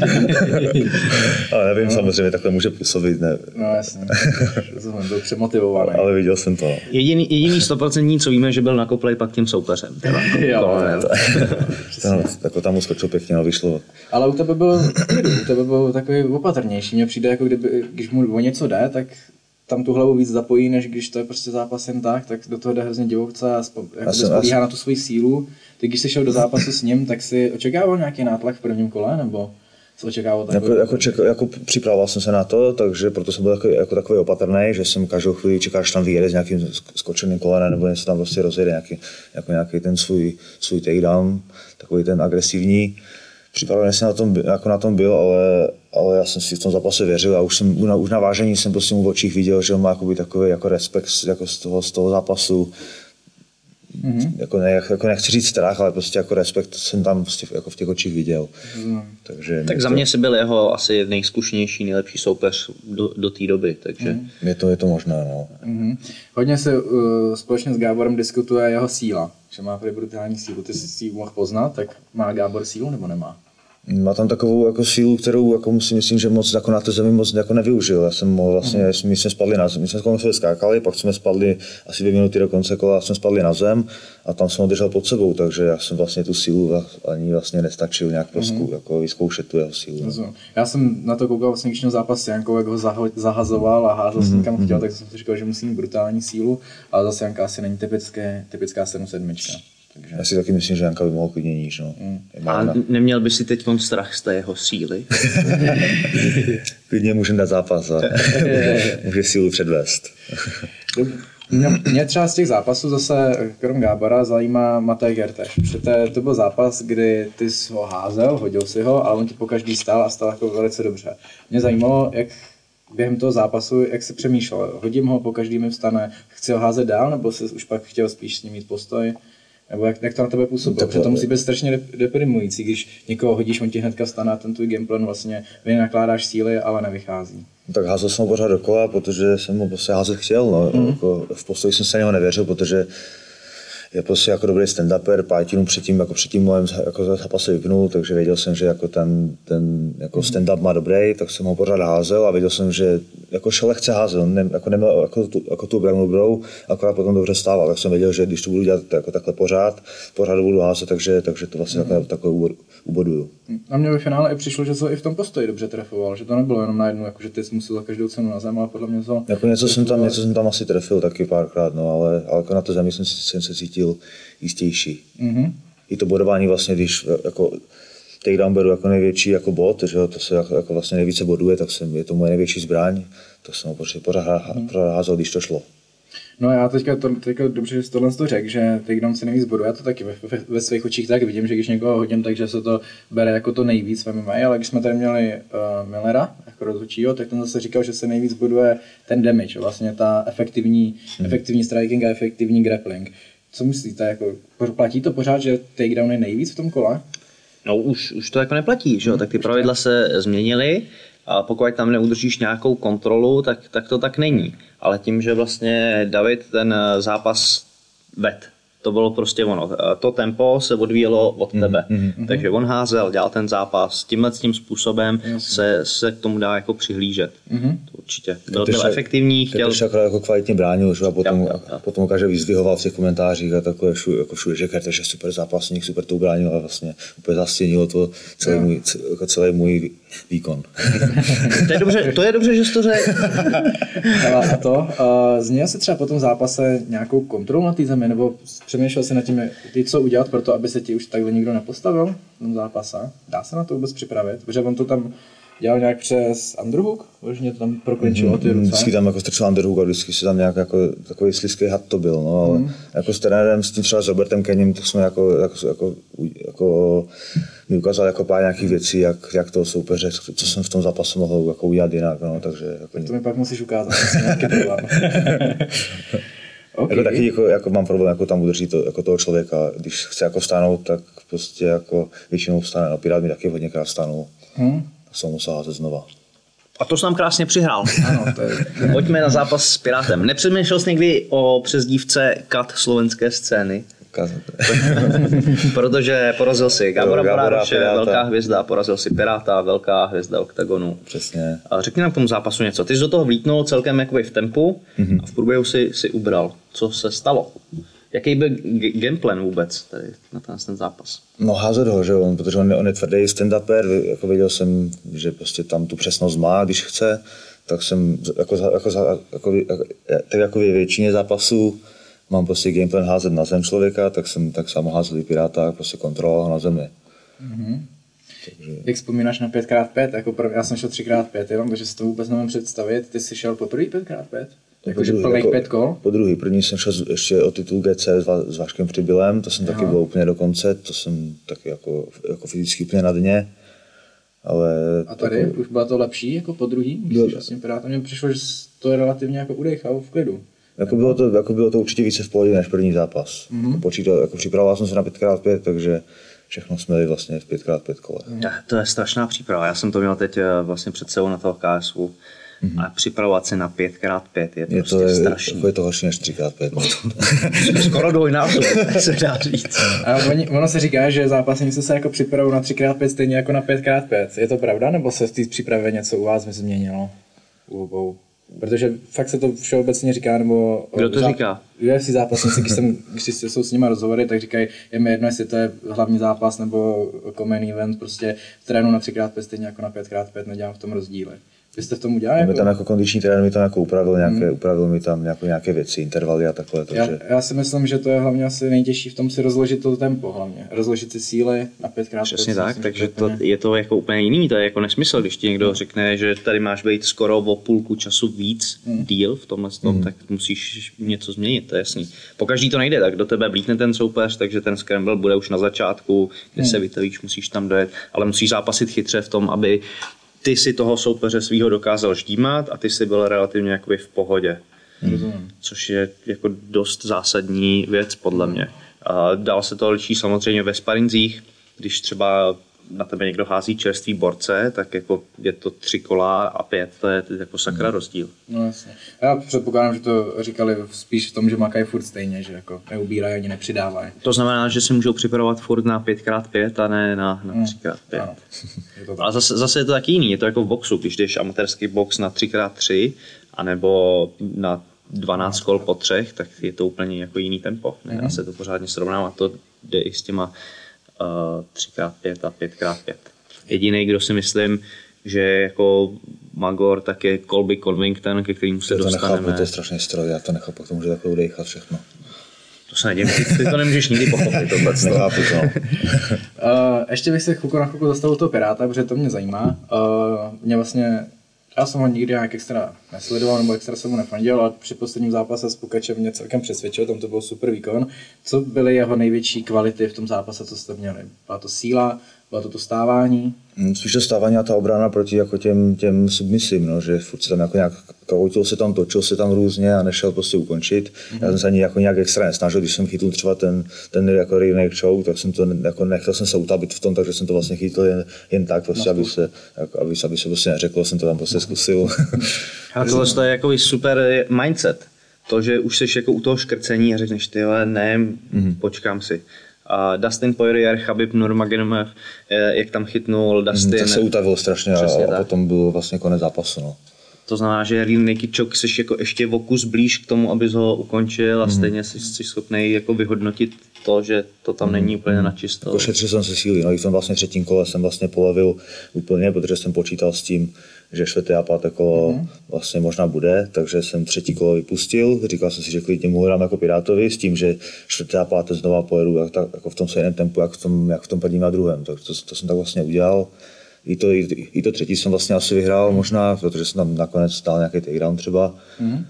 Ale nevím, no. Samozřejmě takhle může působit, ne. No jasně, jsem byl přemotivovaný. Ale viděl jsem to. Jediný, jediný sto procent co víme, že byl nakoplej pak tím soupeřem. Jo, jako tam mu skočil pěkně, no vyšlo. Ale u tebe byl, u tebe byl takový opatrnější. Mně přijde, jako kdyby, když mu o něco jde, tak tam tu hlavu víc zapojí, než když to je prostě zápas jen tak, tak do toho jde hrozně divokce a spolíhá na tu svoji sílu. Ty když jsi šel do zápasu s ním, tak si očekával nějaký nátlak v prvním kole, nebo co očekával takový? Jako, jako, ček, jako připravoval jsem se na to, takže proto jsem byl takový, jako takový opatrný, že jsem každou chvíli čekal, že tam vyjede s nějakým skočeným kolenem, nebo něco tam prostě rozjede, nějaký, jako nějaký ten svůj, svůj takedown, takový ten agresivní. Připravený jsem na tom, jako na tom byl, ale, ale já jsem si v tom zápase věřil a už, jsem, už na vážení jsem prostě mu v očích viděl, že on má takový jako respekt jako z, toho, z toho zápasu. Mm-hmm. Jako, ne, jako nechci říct strach, ale prostě jako respekt jsem tam prostě jako v těch očích viděl. Mm. Takže tak za to... mě si byl jeho asi nejzkušenější, nejlepší soupeř do, do té doby. Takže... Mm. Je, to, je to možné. No. Mm-hmm. Hodně se uh, společně s Gáborem diskutuje jeho síla, že má prý brutální sílu. Ty jsi si ji mohl poznat, tak má Gábor sílu nebo nemá? Má tam takovou jako sílu, kterou jako si myslím, že moc jako na té zemi moc jako nevyužil. Já jsem mohl vlastně, mm. my jsme spadli na zem, my jsme kolem sebe skákali, pak jsme spadli asi dvě minuty do konce kola, jsme spadli na zem a tam jsem ho držel pod sebou, takže já jsem vlastně tu sílu ani vlastně nestačil nějak prostě mm. jako vyzkoušet tu jeho sílu. No. Já jsem na to koukal vlastně, když měl zápas s Jankou, jak ho zahazoval a házel mm. kam chtěl, tak jsem si říkal, že musí mít brutální sílu, ale zase Janka asi není typické, typická sedm sedmička. Takže... Já si taky myslím, že Janka by mohl klidně níž. No. Mm. A neměl by si teď strach z té jeho síly? Klidně můžeme dát zápas a může sílu předvést. Mě třeba z těch zápasů zase, krom Gábora, zajímá Matej Kertéš. Protože to byl zápas, kdy ty jsi ho házel, hodil si ho, ale on ti pokaždý stál a stál jako velice dobře. Mě zajímalo, jak během toho zápasu, jak jsi přemýšlel. Hodím ho, pokaždý mi vstane, chci ho házet dál, nebo jsi už pak chtěl spíš s ním mít postoj? Nebo jak, jak to na tebe působilo? Protože to musí být strašně deprimující, když někoho hodíš, on ti hnedka stane a ten tvůj gameplan vlastně vynakládáš síly, ale nevychází. No, tak házel jsem ho pořád dokola, protože jsem ho prostě házet chtěl. No. Mm. Jako v postoji jsem se něho nevěřil, protože je prostě jako dobrý stand-uper, pátinu předtím, jako předtím mojem jako zápase vypnul, takže věděl jsem, že jako ten, ten jako stand-up má dobrý, tak jsem ho pořád házel a věděl jsem, že jako šel lehce házel, ne, jako neměl jako tu, jako tu obranu dobrou, akorát potom dobře stával, tak jsem věděl, že když to budu dělat jako takhle pořád, pořád budu házet, takže, takže to vlastně mm. takhle, takhle uboduju. A mně ve finále i přišlo, že to i v tom postoji dobře trefoval, že to nebylo jenom najednou, jako že ty jsi musel za každou cenu na zem, ale podle mě to... Jako něco jsem tam, něco jsem tam asi trefil taky párkrát, no, ale, ale jako na té zemi jsem, jsem se cítil jistější. Mm-hmm. I to bodování vlastně, když jako takedown beru jako největší jako bod, že jo, to se jako, jako vlastně nejvíce boduje, tak jsem, je to moje největší zbraň, tak jsem ho pořád, pořád, mm-hmm. pořád házel, když to šlo. No já teďka, to, teďka dobře, že jsi tohle to řekl, že takedown si nejvíc bodů, já to taky ve, ve, ve svých očích tak vidím, že když někoho hodím, takže se to bere jako to nejvíc v M M A, ale když jsme tady měli uh, Millera jako rozhodčího, tak ten zase říkal, že se nejvíc boduje ten damage, vlastně ta efektivní, hmm. efektivní striking a efektivní grappling. Co myslíte, jako, platí to pořád, že takedown je nejvíc v tom kole? No už, už to jako neplatí, že jo, tak ty pravidla se změnily a pokud tam neudržíš nějakou kontrolu, tak, tak to tak není. Ale tím, že vlastně David ten zápas ved, to bylo prostě ono. To tempo se odvíjelo od tebe. Mm-hmm. Takže on házel, dělal ten zápas. Tímhle tím způsobem se, se k tomu dá jako přihlížet. Mm-hmm. To určitě. Byl, byl efektivní. Chtěl... To akorát jako kvalitně bránil, že? A potom, jo, jo, jo. potom každý vyzdvihoval v těch komentářích a takové šu, jako všude, že Carter je super zápasník, super to bránil a vlastně úplně zastěnilo to celý, můj, jako celý můj výkon. To je dobře, to je dobře, že jsi to řekl. A to, uh, změnil se třeba po tom zápase nějakou kontrolu na té zemi, nebo přemýšlel si nad tím, ty co udělat pro to, aby se ti už takhle nikdo nepostavil v tom zápase? Dá se na to vůbec připravit? Protože on to tam dělal nějak přes underhook, možná to tam proklinčilo ty ruce. Vždycky tam jako strčil underhook a vždycky se tam nějak jako takový slizký had to byl, no, ale mm. jako s trenérem, s tím třeba s Robertem Kennym, tak jsme jako, jako, jako, jako mi ukázal jako pár nějakých věcí, jak, jak toho soupeře, co jsem v tom zápasu mohl jako udělat jinak, no, takže jako... To mi pak musíš ukázat, nějaký problém. Okay. Jako taky jako, jako mám problém jako tam udržet to, jako toho člověka, když chce jako vstánout, tak prostě jako většinou vstane, no Pirát mi taky hodněkrát vstanul, hmm. tak jsem musel házet znova. A to jsi nám krásně přihrál. Ano, to je... Pojďme na zápas s Pirátem. Nepřemýšlel jsi někdy o přezdívce kat slovenské scény? Protože porazil si Gábora Borároše, velká hvězda, porazil si Piráta, velká hvězda Oktagonu. Přesně. A řekni nám k tomu zápasu něco. Ty jsi do toho vlítnul celkem jakoby v tempu mm-hmm. a v průběhu si, si ubral. Co se stalo? Jaký byl g- gameplan vůbec tady na ten, ten zápas? No házet ho, že on, protože on, on je tvrdý stand-uper, jako věděl jsem, že prostě tam tu přesnost má, když chce, tak jsem jako, jako, jako, jako, jako, tak jako ve většině zápasů mám prostě gameplan házet na zem člověka, tak jsem tak sám házel i Piráta, prostě kontroloval na zemi. Mm-hmm. Takže... Jak vzpomínáš na pět krát pět, jako prv, já jsem šel tři krát pět, jenom, takže si to vůbec nemám představit, ty jsi šel po druhý pět krát pět? Jakože plných pět kol? Po druhý, první jsem šel ještě o titul G C s, s Vaškem Přibylem, to jsem Aha. taky byl úplně do konce, to jsem taky jako, jako fyzicky úplně na dně. Ale a tady jako... už bylo to lepší jako po druhý? Myslíš, vlastně Piráta, mně přišlo, že to je relativně jako udechal v klidu. Jako bylo, to, jako bylo to určitě více v pohodě než první zápas. Mm-hmm. Počítal, jako připravoval jsem se na pět krát pět, takže všechno jsme jeli vlastně v pět krát pět kole. Mm. To je strašná příprava. Já jsem to měl teď vlastně před sebou na toho K S U. Mm-hmm. A připravovat se na pět krát pět je, je prostě to je, strašný. Je to horší než tři krát pět. Skoro dvojnásob, se dá říct. A ono se říká, že zápasníci se jako připravují na tři krát pět stejně jako na pět krát pět. Je to pravda, nebo se v té přípravě něco u vás změnilo? U obou? Protože fakt se to všeobecně říká, nebo... Kdo to zá... říká? U F C zápasníci, když, jsem, když jsou s nimi rozhovory, tak říkají, je mi jedno, jestli to je hlavní zápas nebo common event, prostě trénu na tři krát pět stejně jako na pět krát pět, nedělám v tom rozdíly. Vy jste v tom udělali? Jako... tam jako kondiční trenér mi tam jako upravil nějaké, hmm. upravil mi tam nějaké, nějaké věci, intervaly a takhle. Takže... Já, já si myslím, že to je hlavně asi nejtěžší v tom si rozložit to tempo hlavně. Rozložit si síly na pět krát pět. Přesně tak, myslím, takže to, je to jako úplně jiný, to je jako nesmysl, když ti někdo hmm. řekne, že tady máš být skoro o půlku času víc hmm. díl v tomhle tom, hmm. tak musíš něco změnit, to je jasný. Pokaždý to nejde, tak do tebe blítne ten soupeř, takže ten scramble bude už na začátku, kde hmm. se vytavíš, musíš tam dojet, ale musíš zápasit chytře v tom, aby ty si toho soupeře svýho dokázal ždímat a ty si byl relativně jakoby v pohodě. Hmm. Což je jako dost zásadní věc podle mě. A dál se to liší samozřejmě ve sparinzích, když třeba na tebe někdo hází čerstvý borce, tak jako je to tři kola a pět, to je jako sakra hmm. rozdíl. No jasně. Já předpokládám, že to říkali spíš v tom, že makají furt stejně, že jako neubírají ani nepřidávají. To znamená, že si můžou připravovat furt na pět krát pět a ne na, na tři krát pět. Hmm. Ale zase, zase je to taky jiný, je to jako v boxu, když jdeš amatérský box na tři krát tři anebo na dvanáct kol po třech, tak je to úplně jako jiný tempo. Nedá hmm. se to pořádně srovnávat, to jde i s těma tři krát pět a pět krát pět. Jediný, kdo si myslím, že jako Magor, tak je Colby Covington, ke kterému se to dostaneme. Nechápu, to je strašný stroj, já to nechápu, k tomu, že takhle udejchat všechno. To se nedím, ty, ty to nemůžeš nikdy pochopit. Tohle. Nechápu to. uh, ještě bych se chvilku na chvilku zastavil toho Piráta, protože to mě zajímá. Uh, mě vlastně Já jsem ho nikdy nějak extra nesledoval nebo extra jsem mu nefandil, ale při posledním zápase s Pukačem mě celkem přesvědčil, tam to byl super výkon. Co byly jeho největší kvality v tom zápase, co jste měli? Byla to síla, bylo to to stávání? Spíš to stávání a ta obrana proti jako těm, těm submisím, no, že furt se tam jako nějak kautil se tam, točil se tam různě a nešel prostě ukončit. Mm-hmm. Já jsem se ani jako nějak extra nesnažil, když jsem chytl třeba ten, ten jako rear neck choke, tak jsem to jako nechtěl jsem se utábit v tom, takže jsem to vlastně chytl jen, jen tak, prostě, aby se, jako, aby, aby se prostě neřeklo, jsem to tam prostě zkusil. A tohle je jako super mindset. To, že už jsi jako u toho škrcení a řekneš, ty ale ne, mm-hmm. počkám si. A Dustin Poirier, Khabib Nurmagomedov, jak tam chytnul Dustin. Tak se utavil strašně a, a potom byl vlastně konec zápasu. No. To znamená, že rear naked choke jsi jako ještě o kus blíž k tomu, abys ho ukončil a stejně jsi, jsi schopný jako vyhodnotit to, že to tam není úplně na čisto. Jako šetřil jsem se síly, no i v tom vlastně třetím kole jsem vlastně polevil úplně, protože jsem počítal s tím, že čtvrté a páté kolo mm-hmm. vlastně možná bude, takže jsem třetí kolo vypustil, říkal jsem si, že klidně mu hrám jako Pirátovi s tím, že čtvrté a páté znova pojedu jak, tak, jako v tom stejném tempu, jak v tom, jak v tom prvním a druhém, tak to, to jsem tak vlastně udělal. I to, i, i to třetí jsem vlastně asi vyhrál možná, protože jsem tam nakonec stál nějaký takedown třeba. Mm-hmm.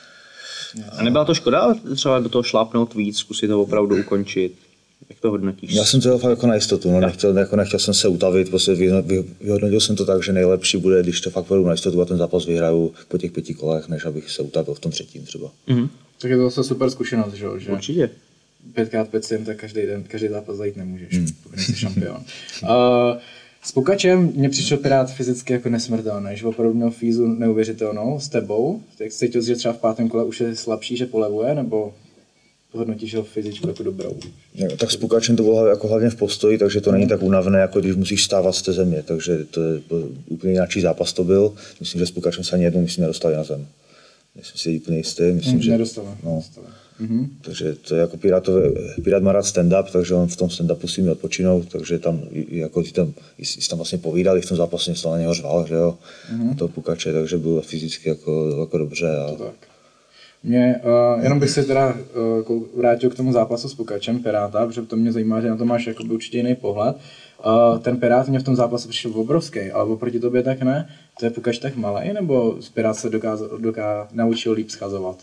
A nebyla to škoda třeba do toho šlápnout víc, zkusit to opravdu ukončit? Jak to hodnotíš? Já jsem to dělal fakt jako na jistotu, no, nechtěl, jako nechtěl jsem se utavit, prostě vyhodnotil jsem to tak, že nejlepší bude, když to fakt pojedu na jistotu a ten zápas vyhraju po těch pěti kolech, než abych se utavil v tom třetím třeba. Mm-hmm. Tak je to zase super zkušenost, že? že Určitě. pět krát pět sim, tak každý den, každý zápas zajít nemůžeš, mm. pokud jsi šampion. uh, S Pukačem mě přišel Pirát fyzicky jako nesmrtelný, že opravdu měl fízu neuvěřitelnou s tebou. Tak jsi cítil, že třeba v pátém kole už je slabší, že polevuje, nebo hodnotíš ho fyzičku jako dobrou? No, tak s Pukačem to bylo jako hlavně v postoji, takže to není tak únavné, jako když musíš stávat z té země, takže to je úplně jiný zápas to byl. Myslím, že s Pukačem se ani jednou myslím nedostali na zem. Myslím si úplně jistý. Myslím, mm, že nedostali. No. nedostali. Mm-hmm. Takže to je jako Pirátové, Pirát má rád stand-up, takže on v tom stand-upu si mi odpočinout, takže tam, jako tam, jsi tam vlastně povídal, v tom zápase něco na něho řval, že jo, mm-hmm. toho Pukače, takže byl fyzicky jako, jako dobře. A... To tak. Mě, uh, jenom bych se teda uh, vrátil k tomu zápasu s Pukačem Piráta, protože to mě zajímá, že na to máš jakoby určitě jiný pohled. Uh, ten Pirát mě v tom zápase přišel obrovský, ale oproti tobě tak ne. To je Pukač tak malý, nebo Pirát se dokázal, doká, naučil líp schazovat?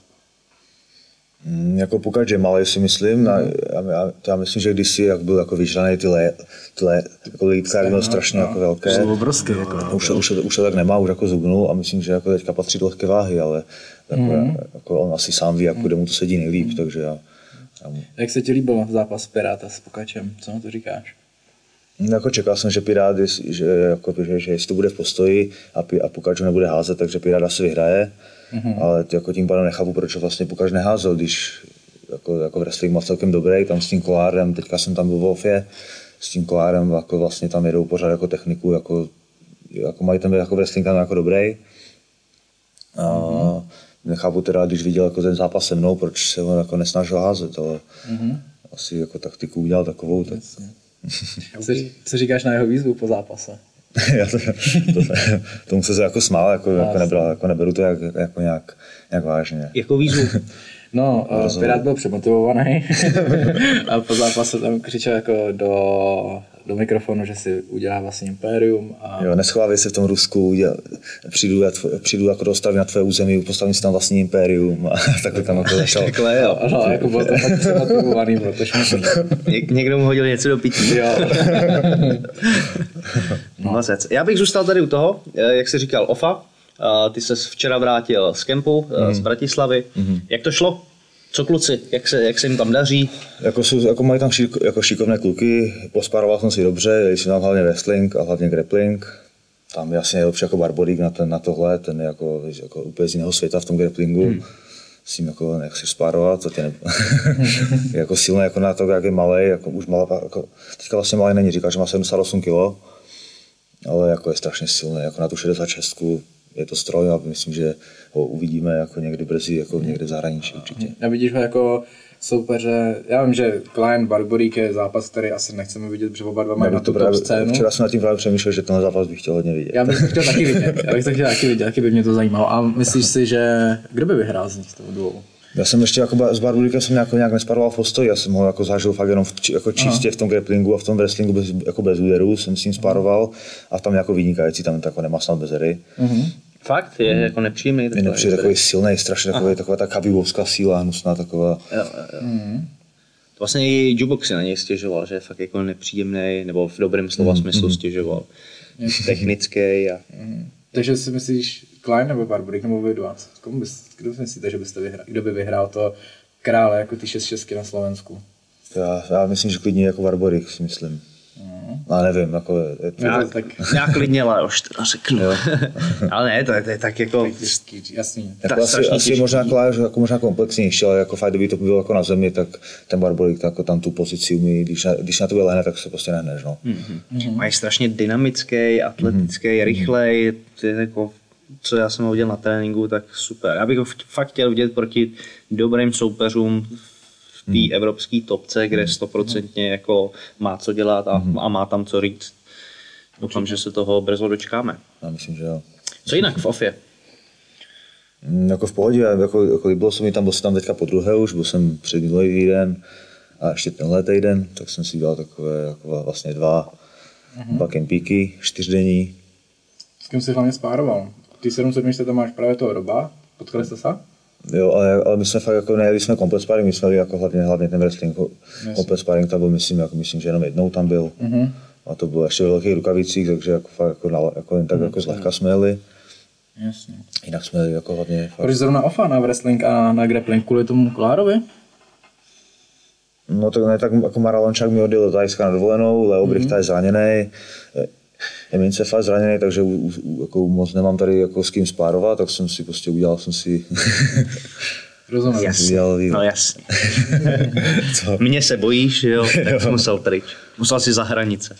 Mm, jako Pukač je malý, si myslím. Na, já, já, já myslím, že kdysi jak byl jako vyžraný ty lé, ty lé, jako lípka, byl strašně no, jako velké. To obrovský. Jako, no, už, už, už to tak nemá, už jako zubnul a myslím, že jako teďka patří do lehké váhy, ale jako, mm. jako on asi sám ví, jako, kde mu to sedí nejlíp, mm. takže já, já mu... Jak se ti líbil zápas Piráta s Pukačem? Co na to říkáš? No, jako čekal jsem, že Pirát, že, jako, že, že jestli to bude v postoji a, a Pukač nebude házet, takže Pirát asi vyhraje. Mm-hmm. Ale jako tím pádem nechápu, proč vlastně Pukač neházel, když jako, jako wrestling má celkem dobrý, tam s tím kolárem, teďka jsem tam byl v Wolfě, s tím kolárem jako vlastně tam jedou pořád jako techniku, jako, jako mají ten jako wrestling tam jako dobrý. A mm-hmm. nechápu teda, když viděl jako ten zápas se mnou, proč se on jako nesnažil házet, ale mm-hmm. asi jako taktiku udělal takovou. Tak... Co, co říkáš na jeho výzvu po zápase? Já to, to, tomu se jako smál, jako, jako, nebral, jako neberu to jak, jako nějak, nějak vážně. Jakou výzvu? No, uh, Pirát byl přemotivovaný a po zápase tam křičel jako do, do mikrofonu, že si udělá vlastně impérium. A... Jo, neschovávej se v tom Rusku, udělal, přijdu, přijdu jako dostavit na tvoje území, postavím si tam vlastní impérium a takhle tam jako začal. Takhle, jo. No, no, jako byl to fakt přemotivovaný, bylo to šmutný. Ně- někdo mu hodil něco do pití. Jo. No. Já bych zůstal tady u toho, jak jsi říkal, Ofa. Ty ses včera vrátil z kempu, mm. z Bratislavy. Mm. Jak to šlo? Co kluci? Jak se, jak se jim tam daří? Jako, jsou, jako mají tam šik, jako šikovné kluky, pospároval jsem si dobře, jeli jsem tam hlavně wrestling a hlavně grappling. Tam jasně nejlepší jako Barborík na, ten, na tohle, ten je jako, jako úplně z jiného světa v tom grapplingu. Mm. S ním jako nechci spárovat, to tě ne... je jako silný jako na to, jak je malej, jako už malá, jako, teďka vlastně malý není, říká, že má sedmdesát osm kilo, ale jako je strašně silný, jako na tu šedesát šest je to stroj a myslím, že ho uvidíme jako někdy brzy, jako někde v zahraničí určitě. A vidíš ho jako soupeře, já vím, že Klein Barborík je zápas, který asi nechceme vidět, protože oba dva mají na tu top scénu. Včera jsem nad tím právě přemýšlel, že tenhle zápas bych chtěl hodně vidět. Já bych to chtěl taky vidět, já bych to chtěl taky vidět, taky by mě to zajímalo. A myslíš si, že kdo by vyhrál z nich z toho duelu? Já jsem ještě jako s Barboríkem jsem nějak, nějak nesparoval v postoji, já jsem ho jako zažil fakt jenom v, jako čistě Aha. v tom grapplingu a v tom wrestlingu bez, jako bez úderů jsem s ním sparoval a tam jako vynikající, tam jako nemá snad bezery. Uh-huh. Fakt? Je mm. jako nepříjemný? Je nepříjemný, takový silný, strašně takový, taková ta khabibovská síla, hnusná taková. Jo, jo. Mm. Vlastně i Jubok si na něj stěžoval, že je fakt jako nepříjemný, nebo v dobrém slova mm. smyslu stěžoval. Mm. Technický a... Mm. Takže si myslíš Klein nebo Barborík nebo vy dva? Komu bys, kdo si myslíte, že byste vyhrál, kdo by vyhrál to krále jako ty šest šestky na Slovensku? Já, já myslím, že klidně jako Barborík si myslím. Mm. Já nevím, jako... Je to... já, tak... já klidně Leoš teda řeknu. Ale ne, to je, to je tak jako... Jasný. Jako asi, asi možná Klein jako možná komplexnější, ale jako fakt, kdyby to bylo jako na zemi, tak ten Barborík tak, jako tam tu pozici umí, když na, když na to lehne, tak se prostě nehneš. No. Mm-hmm. Mm-hmm. Mají strašně dynamický, atletický, mm-hmm. rychlej, to je jako... co já jsem ho viděl na tréninku, tak super. Já bych ho fakt chtěl vidět proti dobrým soupeřům v té hmm. evropské topce, kde stoprocentně jako má co dělat a, hmm. a má tam co říct. Doufám, že se toho brzo dočkáme. Já myslím, že jo. Co jinak v Ofě? Mm, jako v pohodě, jako, jako líbilo se mi tam, byl jsem tam teďka po druhé už, byl jsem před minulý týden a ještě tenhle týden, tak jsem si dělal takové jako vlastně dva, hmm. dva kempíky, čtyřdenní. S kým jsi hlavně spároval? Ty sedm set tam máš právě toho Roba, potkali jste se? Jo, ale, ale my jsme fakt jako nejeli jsme komplet sparring, my jsme byli jako hlavně, hlavně ten wrestling, komplet sparring tam byl, myslím, jako myslím, že jenom jednou tam byl. Mm-hmm. A to bylo ještě ve velkých rukavicích, takže jako fakt jako, jako jen tak mm-hmm. jako zlehka jsme jeli. Jasně. Jinak jsme jeli jako hlavně fakt. Proč zrovna ofa na wrestling a na grappling kvůli tomu Kolárovi? No tak ne, tak jako Maralončák mi odjel do Thajska na dovolenou, Leo mm-hmm. Brichta je zraněný. Je mi fakt zraněný, takže u, u, jako moc nemám tady jako s kým spárovat, tak jsem si prostě udělal jsem si... Rozumím. Jasně, no jasně. Mně se bojíš, jo, tak jsi musel pryč. Musel si za hranice.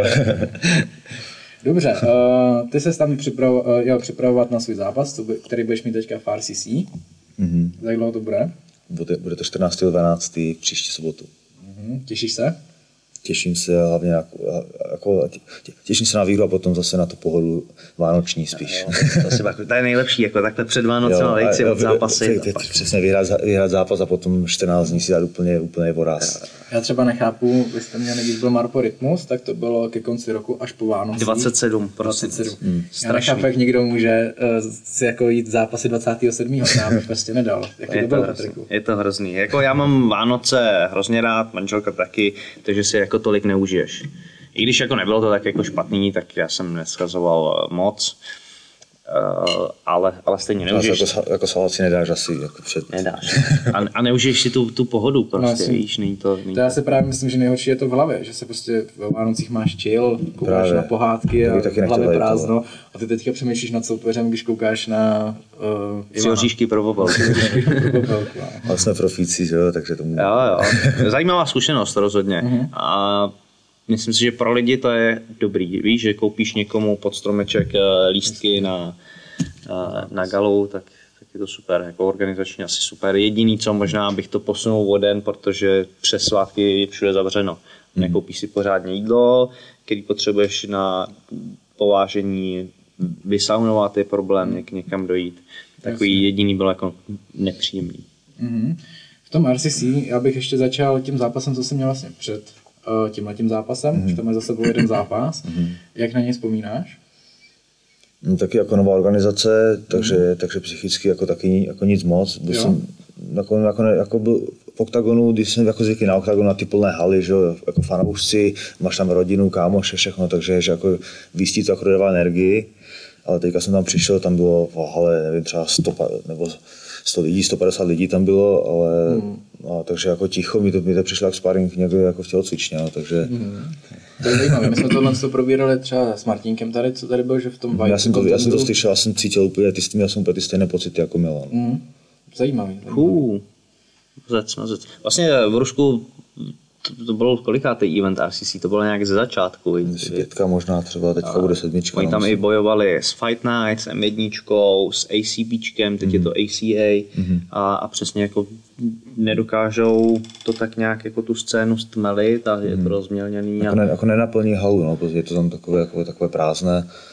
Dobře, uh, ty se tam připravo, uh, jo, připravovat na svůj zápas, který budeš mít teďka v R C C. Mm-hmm. Jak dlouho to bude? Bude, bude to čtrnáctého dvanáctého příští sobotu. Mm-hmm. Těšíš se? Těším se hlavně jako, jako, těším se na výhru a potom zase na tu pohodu vánoční spíš. Jo, to, si pak, to je nejlepší, jako takhle před Vánocem a vejci od zápasy. Přesně vyhrát, vyhrát zápas a potom čtrnáct dní si dát úplně, úplně voraz. Já třeba nechápu, vy jste měli, když byl Marpo Rytmus, tak to bylo ke konci roku až po Vánocích. dvacet sedm, prosím. dvacet sedm. Hmm. Já nechápu, jak někdo může uh, si jako jít zápasy dvacátého sedmého Já bych prostě nedal. Jak je, to to bylo, hrozný, je to hrozný. Jako já mám Vánoce hrozně rád, manželka taky, takže si jako tolik neužiješ. I když jako nebylo to tak jako špatný, tak já jsem neschazoval moc. Uh, ale, ale stejně neužiješ. Jako, jako salát si nedáš asi jako před... Nedáš. A, a neužiješ si tu, tu pohodu prostě, no, víš, není to... Není to já si právě myslím, že nejhorší je to v hlavě, že se prostě ve Vánocích máš chill, koukáš právě na pohádky a v hlavě prázdno to. A ty teďka přemýšlíš nad soupeřem, když koukáš na... Uh, Tři oříšky pro popelku. Ale jsme profíci, že jo, takže tomu... Jo, jo. Zajímavá zkušenost rozhodně. Uh-huh. A myslím si, že pro lidi to je dobrý. Víš, že koupíš někomu pod stromeček lístky na, na galu, tak, tak je to super. Jako organizačně asi super. Jediný, co možná bych to posunul o den, protože přes svátky je všude zavřeno. Mm. Nekoupíš si pořádně jídlo, který potřebuješ na povážení vysaunovat, je problém něk, někam dojít. Takový jediný byl jako nepříjemný. Mm-hmm. V tom R C C já bych ještě začal tím zápasem, co jsem měl vlastně před tímhletím zápasem, mm-hmm. už tam je za sebou jeden zápas. Mm-hmm. Jak na něj vzpomínáš? No, taky jako nová organizace, takže, mm-hmm. takže psychicky jako taky jako nic moc. Byl jsem, jako, jako, jako byl v oktagonu, když jsem jako zvyklý na oktagonu, na ty plné haly, že, jako fanoušci, máš tam rodinu, kámoše, všechno, takže že jako výstí to jako dodává energii. Ale teďka jsem tam přišel, tam bylo v hale, nevím, třeba sto nebo sto lidí, sto padesát lidí tam bylo, ale mm. no, takže jako ticho, mi to, mi to přišlo jak sparring někdo jako v tělocvičně, no, takže... Mm. To je zajímavé, my jsme tohle to probírali třeba s Martinkem tady, co tady byl, že v tom já jsem to, já jsem to slyšel, já jsem cítil úplně, ty, měl jsem úplně ty stejné pocity jako Milan. Mm. Zajímavý. zajímavý. Uh, mazec, mazec. Vlastně v Rusku to, to bylo kolikátý event R C C, to bylo nějak ze začátku. Pětka možná třeba, teďka bude sedmička. Oni tam myslím. I bojovali s Fight Night, s M jedna, s ACBčkem, teď mm. je to A C A mm. a, a přesně jako nedokážou to tak nějak jako tu scénu stmelit a je to rozmělněný. Jako, ne, jako nenaplní halu, no, protože je to tam takové, jako, takové prázdné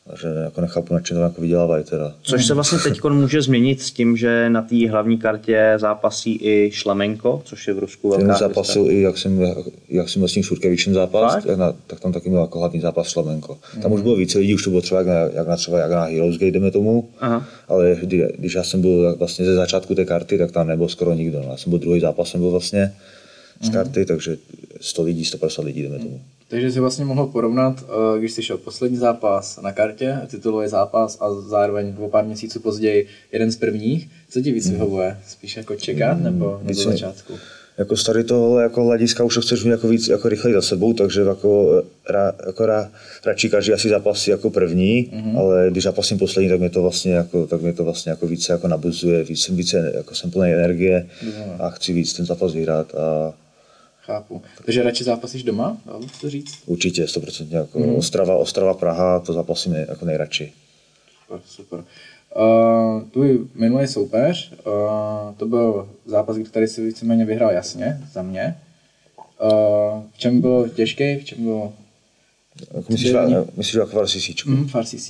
že jako nechápu, na čem to jako vydělávají teda. Což se vlastně teď může změnit s tím, že na té hlavní kartě zápasí i Šlamenko, což je v Rusku velká hvězda. Zápasil i jak jsem, jak jsem s tím Šurkevičem zápas, tak, na, tak tam taky měl jako hlavní zápas Šlamenko. Tam mm. už bylo více lidí, už to bylo třeba jak na, jak na, třeba jak na Heroes Gate, jdeme tomu, aha. Ale kdy, když já jsem byl vlastně ze začátku té karty, tak tam nebyl skoro nikdo. No. Já jsem byl druhý zápas, jsem byl vlastně z karty, mm. takže sto lidí, sto padesát lidí, jdeme tomu. Takže si vlastně mohl porovnat, když jsi šel poslední zápas na kartě, titulový zápas a zároveň o pár měsíců později jeden z prvních. Co ti víc vyhovuje? Spíš jako čekat nebo na začátku? Jako z tady tohle jako hlediska už to chceš mít jako víc jako rychleji za sebou, takže jako, ra, jako ra, radši každý asi zápasí jako první, mm-hmm. ale když zápasím poslední, tak mě to vlastně jako, tak mě to vlastně jako více jako nabuzuje, víc jsem více jako jsem plný energie mm-hmm. a chci víc ten zápas vyhrát a chápu. Takže radši zápasíš doma, dalo bych to říct? Určitě, sto procent. Jako mm. Ostrava, Ostrava, Praha, to zápasím jako nejradši. Super, super. Uh, tvůj minulý soupeř, uh, to byl zápas, který si víceméně vyhrál jasně, za mě. Uh, v čem byl těžký, v čem bylo... Jako myslíš, myslíš jako v R C C? Mm, v R C C.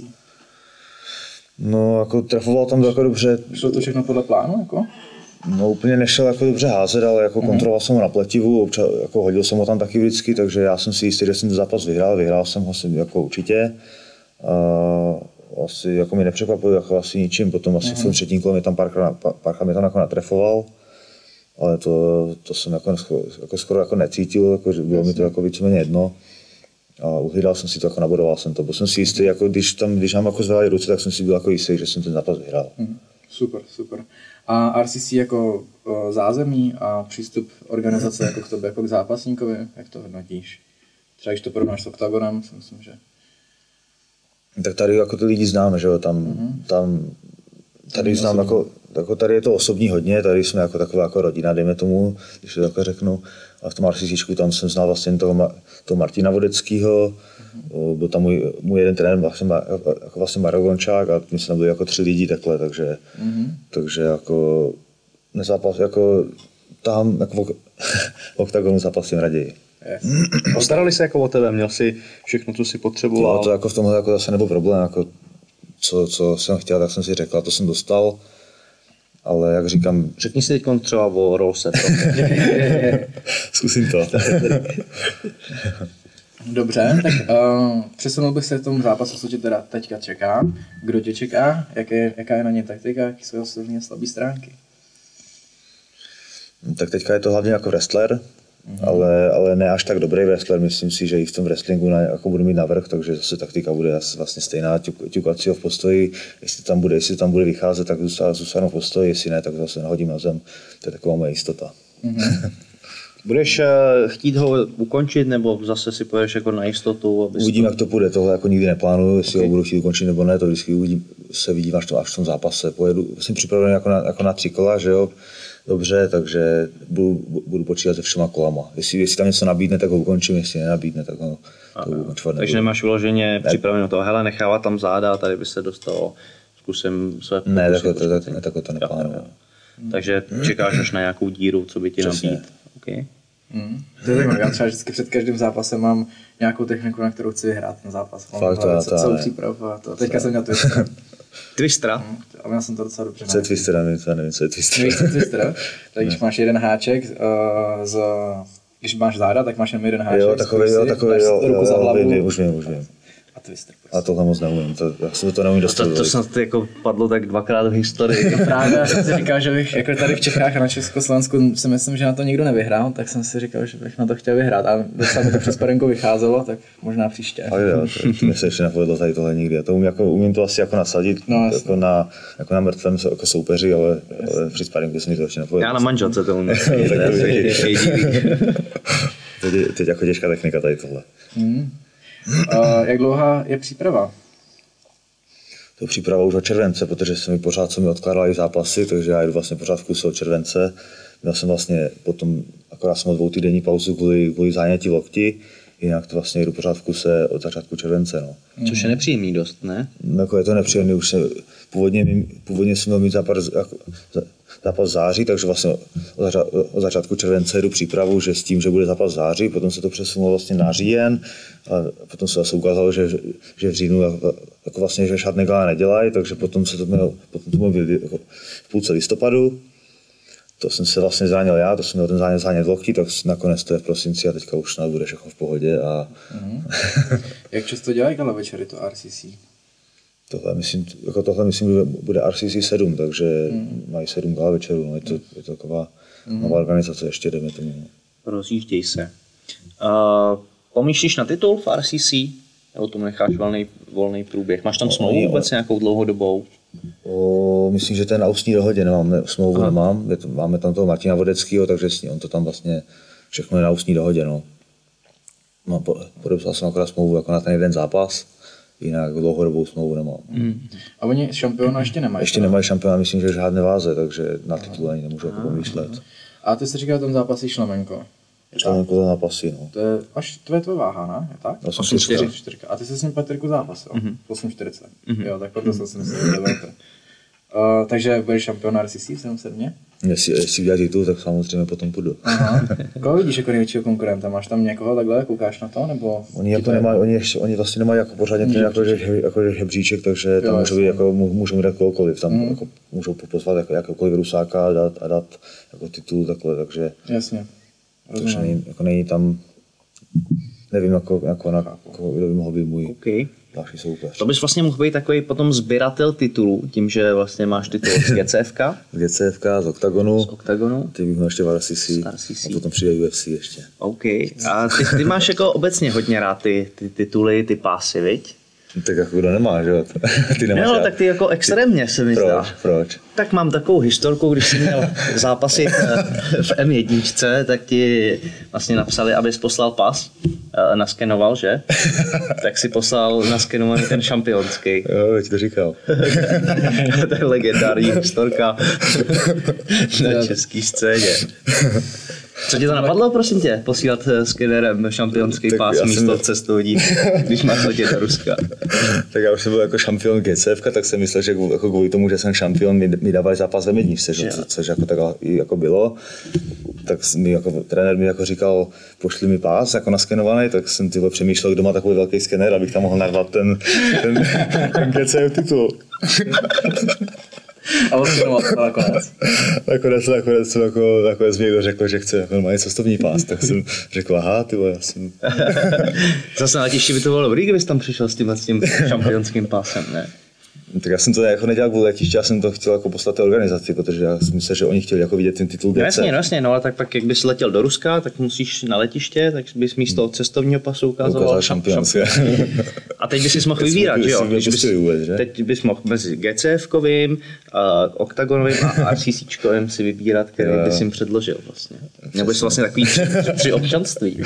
No, jako trefoval tam to jako dobře. Šlo to všechno podle plánu, jako? No úplně nešel jako dobře házet, ale jako mm-hmm. kontroloval jsem ho na pletivu, občas, jako hodil jsem ho tam taky vždycky, takže já jsem si jistý, že jsem ten zápas vyhrál, vyhrál jsem ho jako určitě. Uh, asi jako mi nepřekvapil jako asi ničím, potom asi mm-hmm. v tom třetím kole mě tam párkrát, párkrát mě tam jako natrefoval, ale to, to jsem jako, jako skoro jako necítil, jako, že bylo mi to jako víceméně jedno. A uhlídal jsem si to, jako nabodoval jsem to, byl jsem si jistý, jako když tam, když nám jako zvedali ruce, tak jsem si byl jako jistý, že jsem ten zápas vyhrál. Mm-hmm. Super, super. A R C C jako o, zázemí a přístup organizace jako k tobě, jako k zápasníkovi, jak to hodnotíš? Třeba když to porovnáš s Octagonem, si myslím, že... Tak tady jako ty lidi známe, že jo, tam, mm-hmm. tam tady znám jako, jako, tady je to osobní hodně, tady jsme jako taková jako rodina, dejme tomu, když to takhle řeknu. A v tom RCCčku tam jsem znal vlastně toho, toho Martina Vodeckýho, mm-hmm. byl tam můj, můj jeden trenér, vlastně, jako vlastně Marek Lončák a my jsme tam byli jako tři lidi takhle, takže, mm-hmm. takže jako nezápas, jako tam jako v Octagonu zápasím raději. Yes. Postarali se jako o tebe, měl si všechno, co si potřeboval. Jo, to jako v tomhle jako zase nebyl problém, jako co, co jsem chtěl, tak jsem si řekl, to jsem dostal, ale jak říkám... Řekni si teď třeba o Rolse. Zkusím to. Dobře, tak uh, přesunul bych se k tomu zápasu, co tě teda teďka čeká. Kdo tě čeká, jak je, jaká je na ně taktika, jaké jsou silné a slabé stránky? Tak teďka je to hlavně jako wrestler, mm-hmm. ale, ale ne až tak dobrý wrestler, myslím si, že i v tom wrestlingu na, jako budu mít navrch, takže zase taktika bude vlastně stejná, ťukacího v postoji, jestli tam bude, jestli tam bude vycházet, tak zůstanu v postoji, jestli ne, tak zase nahodím na zem, to je taková moje jistota. Mm-hmm. Budeš chtít ho ukončit, nebo zase si pojedeš jako na jistotu? Uvidím, to... jak to půjde, tohle jako nikdy neplánuju, jestli okay. ho budu chtít ukončit nebo ne, to vždycky uvidím, se vidím až, to, až v tom zápase. Pojedu, jsem připravený jako na, jako na tři kola, že jo, dobře, takže budu, budu počítat se všema kolama. Jestli, jestli tam něco nabídne, tak ho ukončím, jestli nenabídne, tak ho to ukončovat. Takže nemáš vyloženě ne. připraveno to, hele, nechávat tam záda, tady by se dostalo, zkusím své pokusy. Ne, takhle to, tak, tak, to neplánuju. Takže čekáš až na nějakou díru, co by ti nabít. Okay. Mm. To je zajímavé, já třeba vždycky před každým zápasem mám nějakou techniku, na kterou chci vyhrát na zápas. Mám Fakt, to, to, celou přípravu a to. Teďka jsem měl Twistera. Twistera? Mm. A měl jsem to docela dobře. Co je Twistera? Já nevím, co je Twistera. Víš, co je Twistera? Tak když máš jeden háček, uh, z, když máš záda, tak máš jenom jeden háček. Jo, takový, jo, takový, jo, ruku jo, za hlavu. Vím, už vím, už vím. A Twister. A tohle moc neumím, to, já se to neumím dostat. To, to snad jako padlo tak dvakrát v historii. No právě, já jsem si říkal, že bych jako tady v Čechách a na Československu si myslím, že na to nikdo nevyhrál, tak jsem si říkal, že bych na to chtěl vyhrát. A docela mi to přes parenku vycházelo, tak možná příště. A jo, to, to mi se ještě nepovedlo tady tohle nikdy. To umím, jako, umím to asi jako nasadit no, jako, na, jako na mrtvém jako soupeři, ale, ale při sparingu se mi to ještě nepovedlo. Já na manželce to umím. teď, teď jako těžká technika tady tohle. Hmm. Uh, jak dlouhá je příprava? To příprava už od července, protože se mi pořád co mi odkládaly zápasy, takže já jdu vlastně pořád v kuse od července. Měl jsem vlastně potom, akorát jsem měl dvoutýdenní pauzu kvůli, kvůli zánětí lokti, jinak to vlastně jdu pořád v kuse od začátku července. No. Což je nepříjemný dost, ne? No, jako je to nepříjemný, už se, původně, původně jsem měl mít zápas, jako, zápas září, takže vlastně od, zača, od začátku července jdu přípravu, že s tím, že bude zápas září, potom se to přesunulo vlastně na říjen a potom se zase ukázalo, že, že v říjnu jako, jako vlastně, že žádné gala nedělají, takže potom se to mělo, potom to bylo jako v půlce listopadu. To jsem se vlastně zranil já, to jsem měl ten zánět, zánět v lokti, tak nakonec to je v prosinci a teďka už snad bude všechno v pohodě. A... Mm. Jak často dělají gala večery to R C C? Tohle myslím, jako tohle myslím, bude R C C sedm, takže mm. mají sedm gala večerů, no, je, to, je to taková mm. nová organizace, ještě jdeme tomu. Rozjížděj se. Uh, pomýšlíš na titul v R C C? Nebo tomu necháš volný, volný průběh? Máš tam smlouvu vůbec nějakou dlouhodobou? O, myslím, že ten na ústní dohodě nemám, ne, smlouvu Aha. nemám, je to, máme tam toho Martina Vodeckýho, takže s ním, on to tam vlastně všechno je na ústní dohodě. No. No, po, podepsal jsem akorát smlouvu jako na ten jeden zápas, jinak dlouhodobou smlouvu nemám. Mm. A oni šampiona ještě nemají? Ještě nemají šampiona, myslím, že žádné váze, takže na titul ani nemůžu jako pomýšlet. A ty jsi říkal o tom zápasí Šlamenko. Šlamenko to zápasí, no. To je, až, to je tvoje váha, ne? Je tak? osm čtyři. A ty jsi s ním Patriku zápasil? Mm-hmm. osm čtyřicet. Mm-hmm. Jo, tak proto jsem si myslel, že to Uh, takže budeš šampion R C C v sedm sedm? Jestli, jestli udělá titul, tak samozřejmě potom půjdu. Aha. Koho vidíš jako největšího konkurenta? Máš tam někoho takhle, koukáš na to? Nebo oni, jako nemají, oni, ještě, oni vlastně nemají jako pořádně ten jako, že, jako, že hebříček, takže tam jo, můžou, jako, můžou dát kohokoliv. Tam mm. jako, můžou pozvat jako, jakoukoliv Rusáka a dát, a dát jako titul takhle, takže... Jasně. Takže není, jako není tam... Nevím, jako, jako, na, jako kdo by mohl být můj okay. další soupeř. To bys vlastně mohl být takový potom sběratel titulů, tím, že vlastně máš titul z G C F K. Z G C F K, z Octagonu. Z Octagonu. Ty bych měl ještě v R C C. R C C. A potom přijde U F C ještě. OK. A ty, ty máš jako obecně hodně rád ty, ty tituly, ty pásy, viď? Tak jako kdo nemá, že jo? Ty nemáš no, tak ty jako extrémně se mi zdá. Proč? Proč? Tak mám takovou historku, když jsi měl zápasy v M jedna, tak ti vlastně napsali, abys poslal pas, naskenoval, že? Tak si poslal naskenovaný ten šampionský. Jo, ti to říkal. To je legendární historka na české scéně. Co ti to napadlo, prosím tě, posílat skenerem šampionský tak pás místo jsem... cestovní, když máš letět do Ruska? Tak já už jsem byl jako šampion G C F K, tak jsem myslel, že jako kvůli tomu, že jsem šampion, mi, mi dávali zápas ve Medničce, co, což jako tak jako bylo. Tak mi jako, trenér mi jako říkal, pošli mi pás jako naskenovaný, tak jsem tyhle přemýšlel, kdo má takový velký skener, abych tam mohl narvat ten, ten, ten G C F titul. A odskenoval to nakonec. Nakonec, nakonec, jako, nakonec mi někdo řekl, že chce jako normálně cestovní pás, tak jsem řekl, aha, ty vole, já jsem... Zase na letišti by to bylo dobrý, kdybys tam přišel s tím, s tím šampionským pásem, ne? Tak já jsem to jako nedělal kvůli letiště, já jsem to chtěl jako poslat té organizaci, protože já jsem myslel, že oni chtěli jako vidět ten titul G C. No jasně, no jasně, no ale tak pak, jak bys letěl do Ruska, tak musíš na letiště, tak bys místo cestovního pasu ukázoval šampionský. A teď bys si mohl vybírat, že jo? Bys, teď bys mohl mezi GCFkovým, uh, Octagonovým a RCCčkovým si vybírat, který jo. bys jim předložil vlastně. Nebo jsi vlastně takový tři, tři občanství.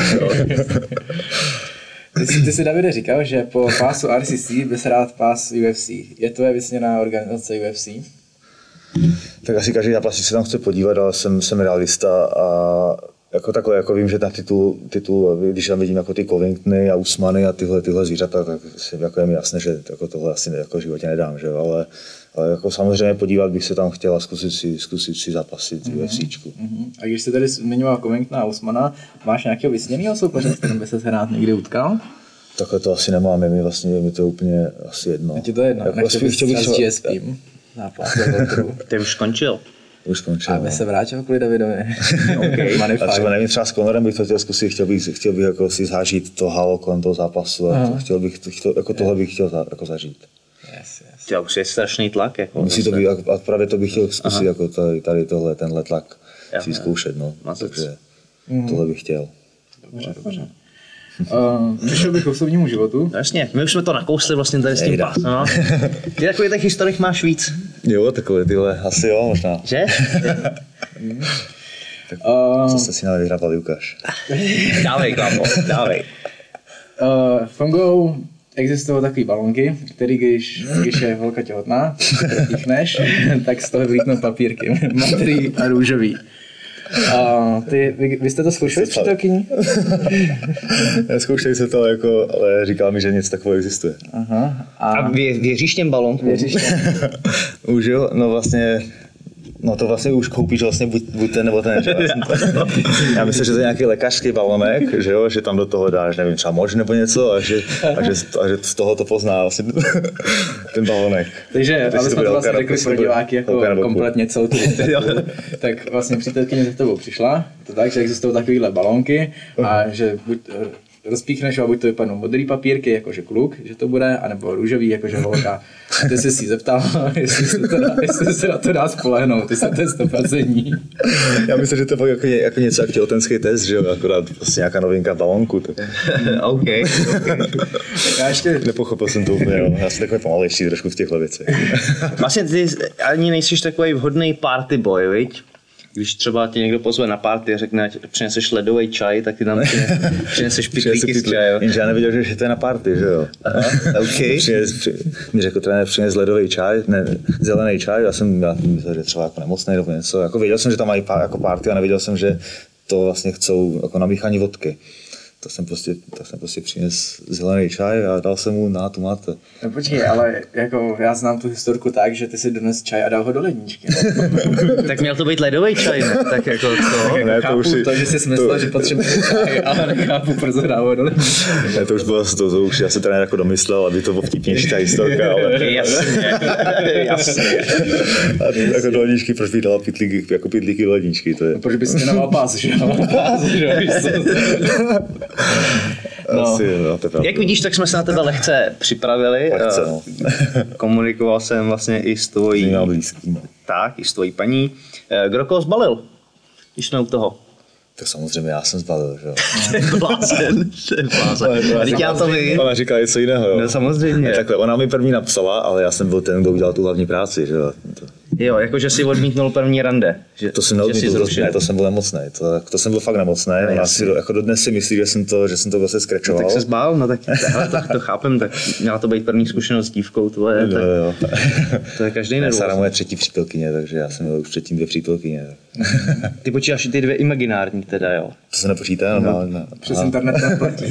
Ty jsi, ty jsi Davide říkal, že po pásu R C C bys rád pás U F C. Je to vysněná organizace U F C? Tak asi každý zápas se tam chce podívat, ale jsem, jsem realista a jako takhle, jako vím, že na titul, titul, když tam vidím jako ty Covingtony a Usmany a tyhle, tyhle zvířata, tak jako je mi jasné, že jako tohle asi jako v životě nedám, že? Ale, ale jako samozřejmě podívat bych se tam chtěl a zkusit si, zkusit si zapasit mm-hmm. UFCčku. Mm-hmm. A když jsi tady zmiňoval Covingtona a Usmana, máš nějakého vysněného soupeře, s kterým by se rád někdy utkal? Takhle to asi nemám, je mi vlastně je mi to úplně asi jedno. Je ti to jedno, jako nechtěl bys třeba s G S P zápas. Ty už skončil. Už skončil. A by se vrátil kvůli Davidovi. Okay. A třeba nevím, třeba s Conorem bych to chtěl zkusit, chtěl bych, chtěl bych jako si zažít to halo kolem toho zápasu a to, chtěl bych, to, jako tohle bych chtěl za, jako zažít. Yes, yes. To už je strašný tlak. Jako musí to být, a právě to bych chtěl zkusit, jako tady, tady tohle, tenhle tlak ja, si zkoušet, no. Takže mm. tohle bych chtěl. Dobře, dobře. Uh, přišel bych k osobnímu životu. No jasně, my už jsme to nakousli vlastně tady s tím pásem, no. Ty takových těch historik máš víc. Jo, takové tyhle, asi jo, možná. Že? Tak uh, co jste si nám vyhrával, Lukáš? Dávej, kámo, dávej. Uh, v Kongu existují takové balonky, které když, když je holka těhotná, píchneš, tak z toho vylítnou papírky, modrý a růžový. A ty, vy, vy jste to zkoušeli s přítelkyní? Neskoušeli se to, jako, ale říkal mi, že něco takového existuje. Aha. A, A vě, věříš těm balónkům? věříš těm? Už jo, no vlastně, no to vlastně už koupíš vlastně buď, buď ten nebo ten, že vlastně. Já myslím, že to je nějaký lékařský balonek, že jo, že tam do toho dáš, nevím, třeba mož nebo něco a že, a že, a že z toho to pozná vlastně ten balonek. Takže, aby jsme to vlastně řekli pro diváky jako kompletně celou tu historii, Jo. tak vlastně přítelkyně za tebou přišla, to tak, že existují takovýhle balónky a že buď rozpíchneš a buď to vypadnou modrý papírky, jakože kluk, že to bude, anebo růžový, jakože holka. A ty jsi si zeptal, jestli se, to dá, jestli se na to dá spolehnout, ty se to je sto procent. Já myslím, že to je jako, jako něco jak těhotenský test, že jo, akorát prostě nějaká novinka balónku. Tak. OK. okay. Já ještě... Nepochopil jsem to úplně, no. Já jsem takový pomalejší trošku v těchto věcech. Vlastně ty ani nejsiš takový vhodný party boy, viď? Když třeba tě někdo pozve na party a řekne, ať přineseš ledový čaj, tak ty tam přineseš pitlíky s čajem. Jenže já nevěděl, že to je na party, že jo. Aha, OK. Přines, při, mi řekl trenér, přines ledový čaj, ne, zelený čaj, já jsem já myslel, že třeba jako nemocnej nebo něco. Jako věděl jsem, že tam mají pár, jako party a nevěděl jsem, že to vlastně chcou jako namíchání vodky. To jsem prostě, tak jsem prostě přines zelený čaj a dal jsem mu na tu máte. No počkej, ale jako já znám tu historku tak, že ty si dones čaj a dal ho do ledničky. Tak měl to být ledový čaj, ne? Tak jako to... Ne, to chápu už si, to, že jsi myslel, to, že potřebuje čaj, ale nechápu, proč ho dával do ledničky. Ne, to už bylo, to, to už já se trenér jako domyslel, aby to bylo vtipnější ta historka, ale... Jasně, jasně. A jako do ledničky, proč bych dala pitlíky, jako pitlíky do ledničky, to je... No, proč bys měnoval pás, že jo? Pás, že jo? No. Asi, no, to Jak vidíš, tak jsme se na tebe lehce připravili. Lehce, no. Komunikoval jsem vlastně i s tvojí... Tak, i s tvojí paní. Kdo koho zbalil? Když jsme u toho. Tak samozřejmě já jsem zbalil, že jo. Blázen, blázen. Teď já to vím. Ona říká něco jiného, jo. No samozřejmě. Takhle, ona mi první napsala, ale já jsem byl ten, kdo udělal tu hlavní práci, že jo. Jo, jakože si odmítnul první rande. Že, to jsem neodmítl, to, to jsem byl nemocný, to, to jsem byl fakt nemocný. No, ona si, jako dodnes si myslí, že jsem to, že jsem to vlastně skrečoval. No, tak se zbál, no tak, hele, tak to chápem, tak měla to být první zkušenost s dívkou tvoje, no, tak, jo. To je každý nervózní. Sara moje třetí přítelkyně, takže já jsem měl už předtím dvě přítelkyně. Ty počítáš i ty dvě imaginární teda, jo? To se nepočítá, no, no, přes internet neplatí.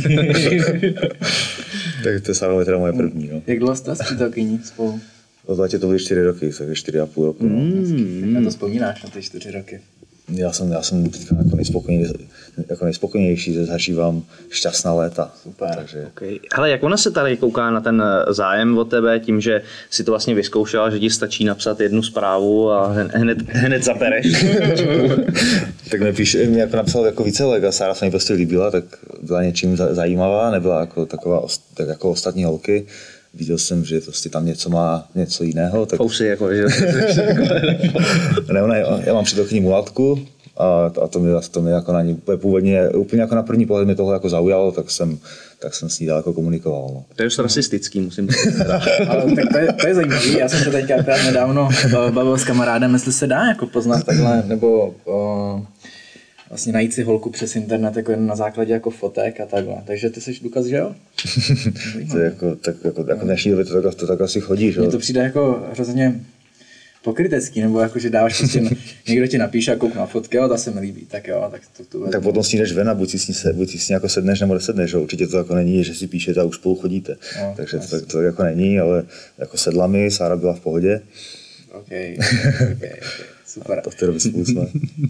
Tak to je Sara teda moje první, no. Jak dlouho jste s přítelkyní spolu? Od létě to byly čtyři roky, takže čtyři a půl roku. No. Mm, jak to vzpomínáš na ty čtyři roky? Já jsem, já jsem teďka jako, nejspokojnější, jako nejspokojnější, že zažívám šťastná léta. Super. Takže... Okay. Hele, jak ona se tady kouká na ten zájem o tebe, tím, že si to vlastně vyzkoušela, že ti stačí napsat jednu zprávu a hned, hned zapereš? Tak mi píše, mi jako napsal jako více lega, Sára se mi prostě líbila, tak byla něčím zajímavá, nebyla jako taková tak jako ostatní holky. Viděl jsem, že prostě tam něco má něco jiného. Tak... Fousy, jako, že? ne, ne, já mám přítelkyni mulatku a, a to mi, to mi jako na ní původně, úplně jako na první pohled mě toho jako zaujalo, tak jsem, tak jsem s ní dál jako komunikoval. No. To je dost rasistický, musím říct. Ale tak to je, to je zajímavý, já jsem se teďka nedávno bavil s kamarádem, jestli se dá jako poznat takhle, nebo uh, vlastně najít si holku přes internet jako jen na základě jako fotek a takhle. Takže ty jsi důkaz, že jo? To je jako, tak, jako, jako dnešní době to tak, to tak asi chodí, že jo? Mně to přijde jako hrozně pokrytecký, nebo jako, že dáváš prostě, někdo ti napíše a kouknu na fotky, jo, ta se mi líbí, tak jo, tak to, to tak potom s ní jdeš ven a buď si s ní, buď si s ní jako sedneš nebo nesedneš, jo? Určitě to jako není, že si píšete a už spolu chodíte, no, takže to, to, to jako není, ale jako sedla mi, Sára byla v pohodě. Okay, okay, okay. Super. To v té době spolu jsme.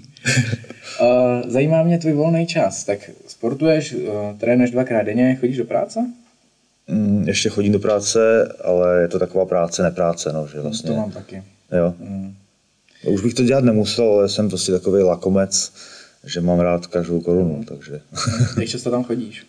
Zajímá mě tvůj volný čas, tak sportuješ, uh, trénuješ dvakrát denně, chodíš do práce? Mm, ještě chodím do práce, ale je to taková práce, nepráce, no, že vlastně. To mám taky. Jo. Mm. Už bych to dělat nemusel, ale jsem prostě takový lakomec, že mám rád každou korunu, takže. Jak často tam chodíš?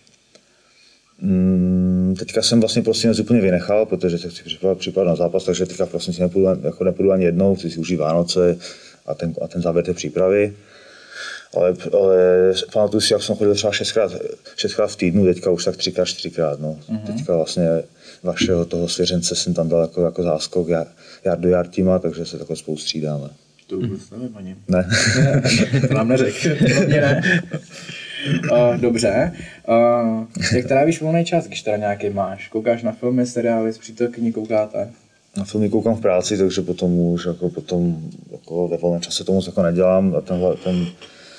Mm, teďka jsem vlastně prostě úplně vynechal, protože se chci připravit, připravit na zápas, takže teďka prostě si nepůjdu, jako nepůjdu ani jednou, chci si užít Vánoce a ten, a ten závěr té přípravy. Ale, ale pamatuju si, jak jsem chodil třeba šestkrát, šestkrát v týdnu, teďka už tak třikrát, čtyřikrát. No. Mm-hmm. Teďka vlastně vašeho toho svěřence jsem tam dal jako, jako záskok Jardu Jartima, takže se takhle spolu střídáme. To vůbec nevím ani. Ne. To nám neřek. ne. Uh, dobře. Uh, jak trávíš volný čas, když teda nějaký máš? Koukáš na filmy, seriály, s přítelkyní koukáte? Na filmy koukám v práci, takže potom už jako potom jako ve volném čase tomu jako nedělám a tenhle, ten,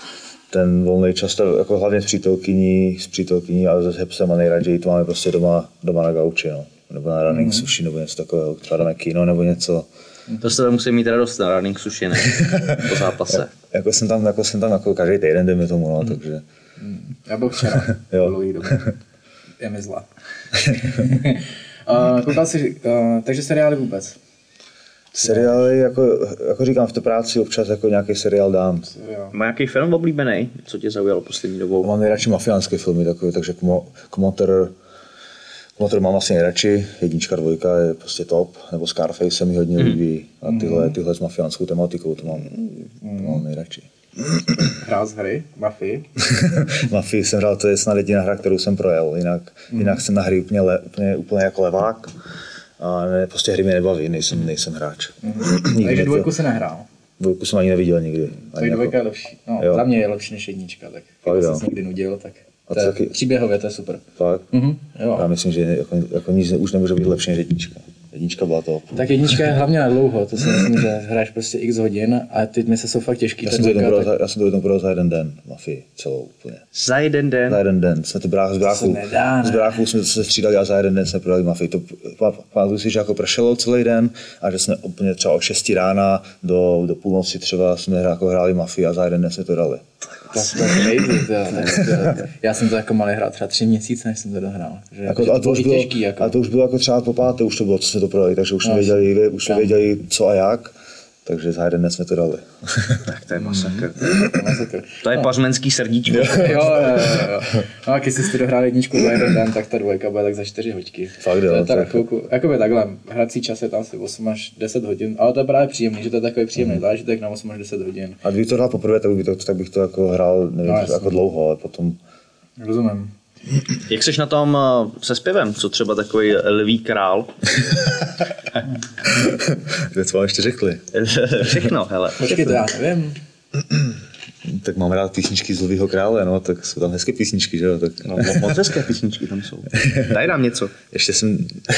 ten volný čas, to, jako hlavně s přítelkyní, s přítelkyní a se psem a nejraději to máme prostě doma, doma na gauči, no. Nebo na running mm. sushi, nebo něco takového, třeba dáme kino nebo něco. To se tam musí mít radost na running sushi, ne? Po zápase. jako jsem tam, jako jsem tam jako každý týden, jdeme tomu, no, mm. takže. Mm. Já byl včera, dlouhý dobu. Je mi zla. uh, koukal jsi, uh, takže seriály vůbec? Seriály, jako, jako říkám, v té práci občas jako nějaký seriál dám. Má nějaký film oblíbený, co tě zaujalo poslední dobou? Mám nejradši mafiánské filmy, takové, takže Komotor, Komotor mám vlastně nejradši, jednička, dvojka je prostě top, nebo Scarface se mi hodně mm. líbí a tyhle, tyhle s mafiánskou tematikou, to mám, to mám nejradši. Hrál z hry? Mafii? Mafii jsem hrál, to je snad jediná hra, kterou jsem projel, jinak, mm. jinak jsem na hry úplně, le, úplně, úplně jako levák. A ne, prostě hry mě nebaví, nejsem, nejsem hráč. Mm-hmm. Takže dvojku se nehrál? Dvojku jsem ani neviděl nikdy. Tak dvojka jako... je lepší. No, za mě je lepší než jednička, tak když jsi někdy nudil, tak to to je, taky... příběhově to je super. Fakt? Mm-hmm. Jo. Já myslím, že jako, jako nic už nemůže být lepší než jednička. Jednička byla to. Tak jednička je hlavně na dlouho, to si myslím, že hraješ prostě x hodin a ty mise jsou fakt těžký. Já jsem to jednou tak... jednou prodal za jeden den, Mafii, celou úplně. Za jeden den? Za jeden den, jsme to brách, z bráchů, z bráchů jsme se střídali a za jeden den jsme prodali Mafii. To pamatuju si, že jako pršelo celý den a že jsme úplně třeba od šesti rána do, do půlnoci třeba jsme jako hráli Mafii a za jeden den jsme to dali. Tak to je crazy, to, to, já jsem to jako malý hrál třeba tři měsíce, než jsem to dohrál. Že, jako, že a, to to už bylo, těžký, jako. a to už bylo jako třeba po páté, už to bylo, co jsme to prodali, takže už jsme no, věděli, už jsme věděli co a jak, takže za jeden den jsme to dali. Tak to je masakr. masakr. To je no. Pařmenský srdíčko. jo, jo, jo, jo. No a když jsi dohrál jedničku za jeden den, tak ta dvojka bude tak za čtyři hodiny. Fakt jo. To je chvilku, jakoby takhle, hrací čas je tam asi osm až deset hodin, ale to je právě příjemný, že to je takový příjemný mm. zážitek na osm až deset hodin. A kdybych to hrál poprvé, tak bych to, tak bych to jako hrál, nevím, no, jako dlouho, ale potom... Rozumím. Jak seš na tom se zpěvem? Co třeba takový Lví král? Co vám ještě řekli? Všechno, hele. Počkej, to já nevím. Tak mám rád písničky z Lvího krále, no, tak jsou tam hezké písničky, že jo? Tak... No, moc hezké písničky tam jsou. Daj nám něco. Ještě jsem...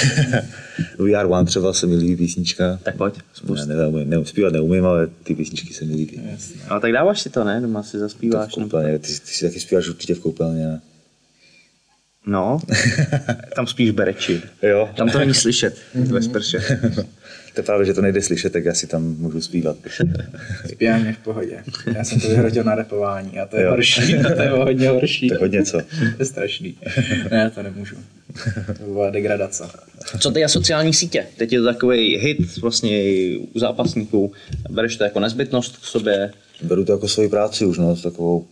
We Are One třeba se mi líbí písnička. Tak pojď, spust. Ne, neumím, neumím, zpívat neumím, ale ty písničky se mi líbí. Jasně. Ale tak dáváš si to, ne? Doma si zaspíváš. To v koupelně, ty, ty si taky zpíváš určitě v koupelně, ne? No, tam spíš bereči. Jo. Tam to není slyšet, ve sprše. To je právě, že to nejde slyšet, tak já si tam můžu zpívat. Zpívání v pohodě. Já jsem to vyhrotil na rapování a to je jo. horší, to je hodně horší. To je hodně co? To je strašný. Ne, to nemůžu. To byla degradace. Co ty a sociální sítě? Teď je to takový hit vlastně u zápasníků. Bereš to jako nezbytnost k sobě? Beru to jako svoji práci už, no, takovou...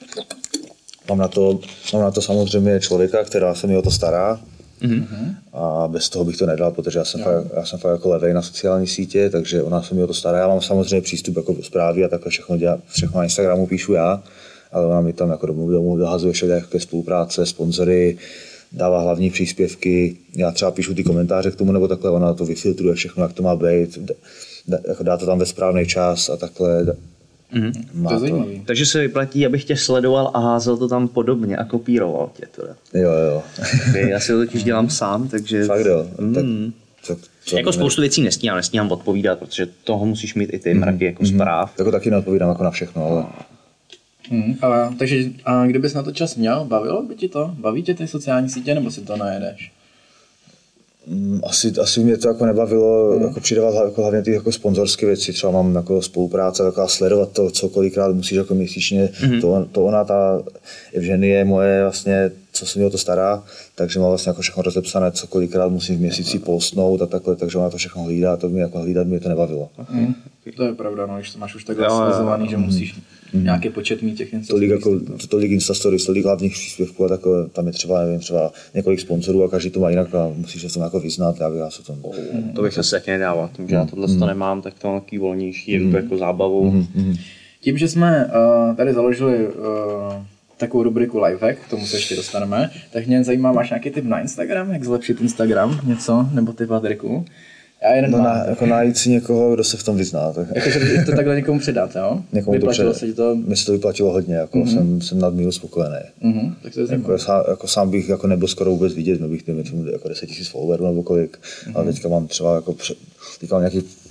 Mám na to, mám na to samozřejmě člověka, která se mi o to stará. Mm-hmm. A bez toho bych to nedal, protože já jsem, fakt, já jsem fakt jako levej na sociální sítě, takže ona se mi o to stará. Já mám samozřejmě přístup jako do zprávy a takhle všechno, dělá, všechno na Instagramu píšu já, ale ona mi tam jako domů, domů dohazuje všelijaké spolupráce, sponzory, dává hlavní příspěvky. Já třeba píšu ty komentáře k tomu nebo takhle, ona to vyfiltruje všechno, jak to má být, dá, jako dá to tam ve správný čas a takhle. Mm-hmm. To to. Takže se vyplatí, abych tě sledoval a házel to tam podobně a kopíroval tě. Teda. Jo, jo. Já si to totiž dělám sám, takže... Fakt jo. Mm. Tak, tak, co jako spoustu věcí nestíhám, nestíhám odpovídat, protože toho musíš mít i ty mraky jako mm-hmm. zpráv. Jako taky neodpovídám jako na všechno, ale... Hmm, ale takže a kdybys na to čas měl, bavilo by ti to? Baví tě ty sociální sítě, nebo si to najedeš? Asi, asi mě to jako nebavilo mm. jako přidávat jako hlavně ty jako sponzorské věci, třeba mám jako spolupráce jako sledovat to, co kolikrát musíš jako měsíčně, mm. to, to ona, ta Evženie je moje vlastně, co se mi o to stará, takže mám vlastně jako všechno rozepsané, co kolikrát musím v měsíci postnout a takhle, takže ona to všechno hlídá, to mě jako hlídat mě to nebavilo. Mm. To je pravda, no, když to máš už takhle svazovaný, že musíš mm. nějaký počet mít těch Insta tolik, jako, tolik Insta stories, tolik hlavních příspěvků a takové, tam je třeba, nevím, třeba několik sponzorů a každý to má jinak a musíš se to jako vyznat, já bych se tom... Mm. To bych se taky nedával, tím, že já tohle mm. to nemám, tak to mám takový volnější, je to jako zábavou. Mm. Mm. Tím, že jsme uh, tady založili uh, takovou rubriku Lifehack, k tomu se ještě dostaneme, tak mě zajímá, máš nějaký tip na Instagram, jak zlepšit Instagram, něco, nebo ty Patriku? Já jeden no, mám, na, jako najít si někoho, kdo se v tom vyzná. Tak. Jako, že to takhle někomu předat, jo? Někomu vyplatilo to se ti to? Mně se to vyplatilo hodně, jako mm-hmm. jsem, jsem nadmíru spokojený. Mm-hmm. Tak to je jako, sám, jako sám bych jako nebyl skoro vůbec vidět, měl bych nevím, jako deset tisíc followerů nebo kolik, mm-hmm. ale teďka mám třeba jako, teďka mám nějaký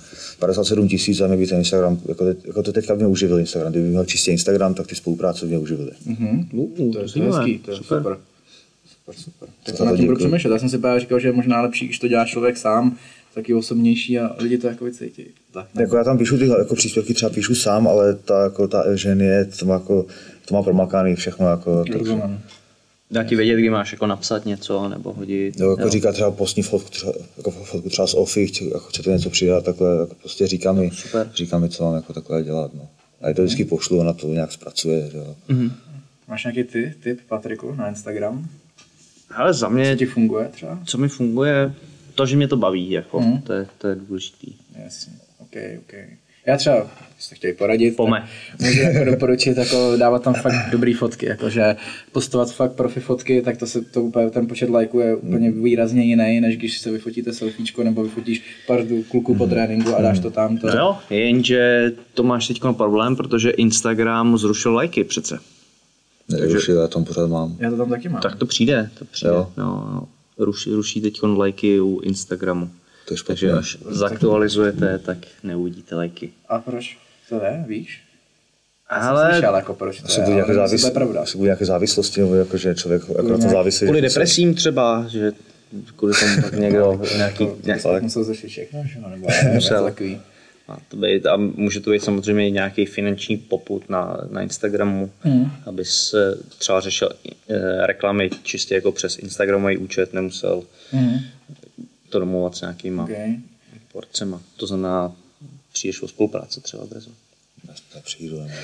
padesát sedm tisíc a mě by ten Instagram, jako, te, jako to teďka mě uživil Instagram, kdyby měl čistě Instagram, tak ty spolupráce mě uživily. Mm-hmm. Uh, to je hezký, to je super. super. Super, super. Tak to to na tím budu děkuji. přemýšlet. Já jsem si právě říkal, že je možná lepší, když to dělá člověk sám, taky osobnější a lidi to jako vycítí. Tak, jako já tam píšu ty jako příspěvky, třeba píšu sám, ale ta, jako, ta Eugenie, to má, jako, to má promakaný všechno. Jako, rozumím. Dá ti vědět, kdy máš jako napsat něco nebo hodit. Jo, jako jo. říká třeba postní fotku, třeba, jako fotku třeba z Ofy, chci, jako chce to něco přidat, takhle, jako prostě říká mi, Super. říká mi, co mám jako takhle dělat. No. A je to vždycky pošlu, ona to nějak zpracuje. Že jo. Mhm. Máš nějaký ty, tip, Patriku, na Instagram? Ale za mě, Co ti funguje třeba? co mi funguje, to, že mě to baví, jako, Mhm. to, je, to je důležitý. Jasně, ok, ok. Já třeba, jste chtěli poradit, Pome. tak můžu jako doporučit jako dávat tam fakt dobrý fotky, jakože postovat fakt profi fotky, tak to se to úplně, ten počet lajků je úplně výrazně jiný, než když se vyfotíte selfiečko nebo vyfotíš pár kluků po tréninku a dáš to tam. To... No jo, jenže to máš teď problém, protože Instagram zrušil lajky přece. Nerušil, já tam pořád mám. Já to tam taky mám. Tak to přijde, to přijde. Jo. No, no. Ruší, ruší teď lajky u Instagramu. To je špatné. Takže až zaktualizujete, tak neuvidíte lajky. A proč to je, víš? Já jsem Ale slyšel, jako proč to Asi je, bude ale nějaké, nevím, závis... jestli to je pravda. asi bude nějaké závislosti, nebo jako, že člověk jako na to nějak- závisí. kvůli že se- depresím třeba, že kvůli tomu tak někdo nějaký... To, nějak, to musel řešit všechno, že no, nebo ne, Musel. to takový. má to být, a může to být samozřejmě nějaký finanční popud na, na Instagramu, Mm. aby se třeba řešil eh, reklamy čistě jako přes Instagramový účet, nemusel Mm. to domluvat s nějakýma Okay. porcema. To znamená, přijdeš o spolupráce třeba brzo. Nepřijdu, ne.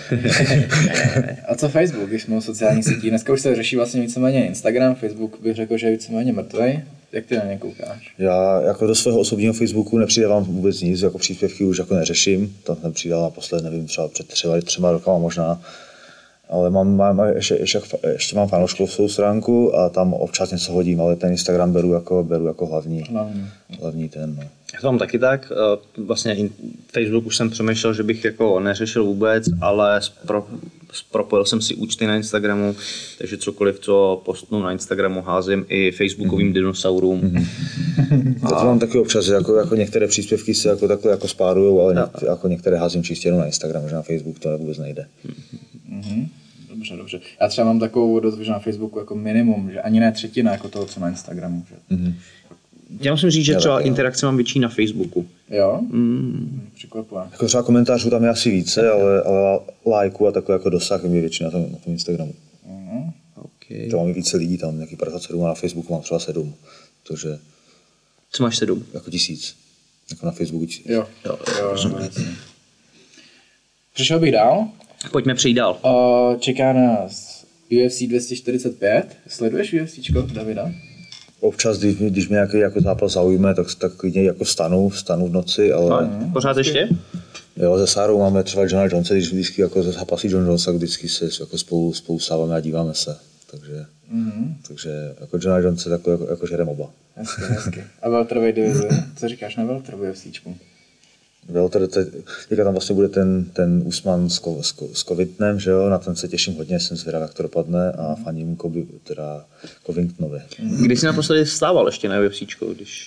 A co Facebook, když jsme o sociálních sítí? Dneska už se řeší vlastně víceméně Instagram, Facebook bych řekl, že je víceméně mrtvej. Jak ty na ně koukáš? Já jako do svého osobního Facebooku nepřidávám vůbec nic, jako příspěvky už jako neřeším, tam jsem přidal naposled, nevím, třeba před třeba třema rokama možná, ale mám, mám ještě, ještě, ještě mám fanouškovskou stránku a tam občas něco hodím, ale ten Instagram beru jako, beru jako hlavní, Hlavní. hlavní ten. No. Já to mám taky tak. eh, Vlastně in- Facebook už jsem přemýšlel, že bych jako neřešil vůbec, ale spro, propojil jsem si účty na Instagramu, takže cokoliv, co postnu na Instagramu, házím i facebookovým mm. dinosaurům. Mm. Já to mám taky občas, že jako, jako některé příspěvky se jako takhle jako spárujou, ale některé, jako některé házím čistě jenom na Instagram, že na Facebook to vůbec nejde. Mhm. Dobře, dobře. Já třeba mám takovou dost, že na Facebooku jako minimum, že ani ne třetina jako toho, co na Instagramu. Že? Mm-hmm. Já musím říct, že Já třeba taky, no. interakce mám větší na Facebooku. Jo? Mm. Překvapuje. Jako třeba komentářů tam je asi více, ale, ale lajků a takhle jako dosah je většina na tom, na tom Instagramu. Mhm. Okay. To mám i více lidí, tam nějaký padesát sedm a na Facebooku mám třeba sedm, takže Co máš sedm? jako tisíc. Jako na Facebooku tisíc. Jo, jo, jo, jo jasně. Přišel bych dál. Pojďme přejít dál. Uh, čeká nás U F C dvě stě čtyřicet pět. Sleduješ UFCčko, Davida? Občas, když, mě- když mě nějaký jako zápas zaujme, tak, tak klidně jako vstanu, vstanu v noci, ale No, pořád ještě? jo, se Sárou máme třeba Johna Jonese, když vždycky jako zápasí John Jones, tak vždycky se jako spolu, spolu sáváme a díváme se. Takže, Mhm. takže jako Johna Jonese tak jako, jako žerem oba. Hezky, hezky. A welterweight divize? Co říkáš na welter v UFCčku? Welter, te- teďka tam vlastně bude ten, ten Usman s, ko, s, ko, s Covingtonem, že jo, na ten se těším hodně, jsem zvědav, jak to dopadne a faním Kobe, teda Covingtonovi. Když jsi naposledy stával ještě na UFCčko, když...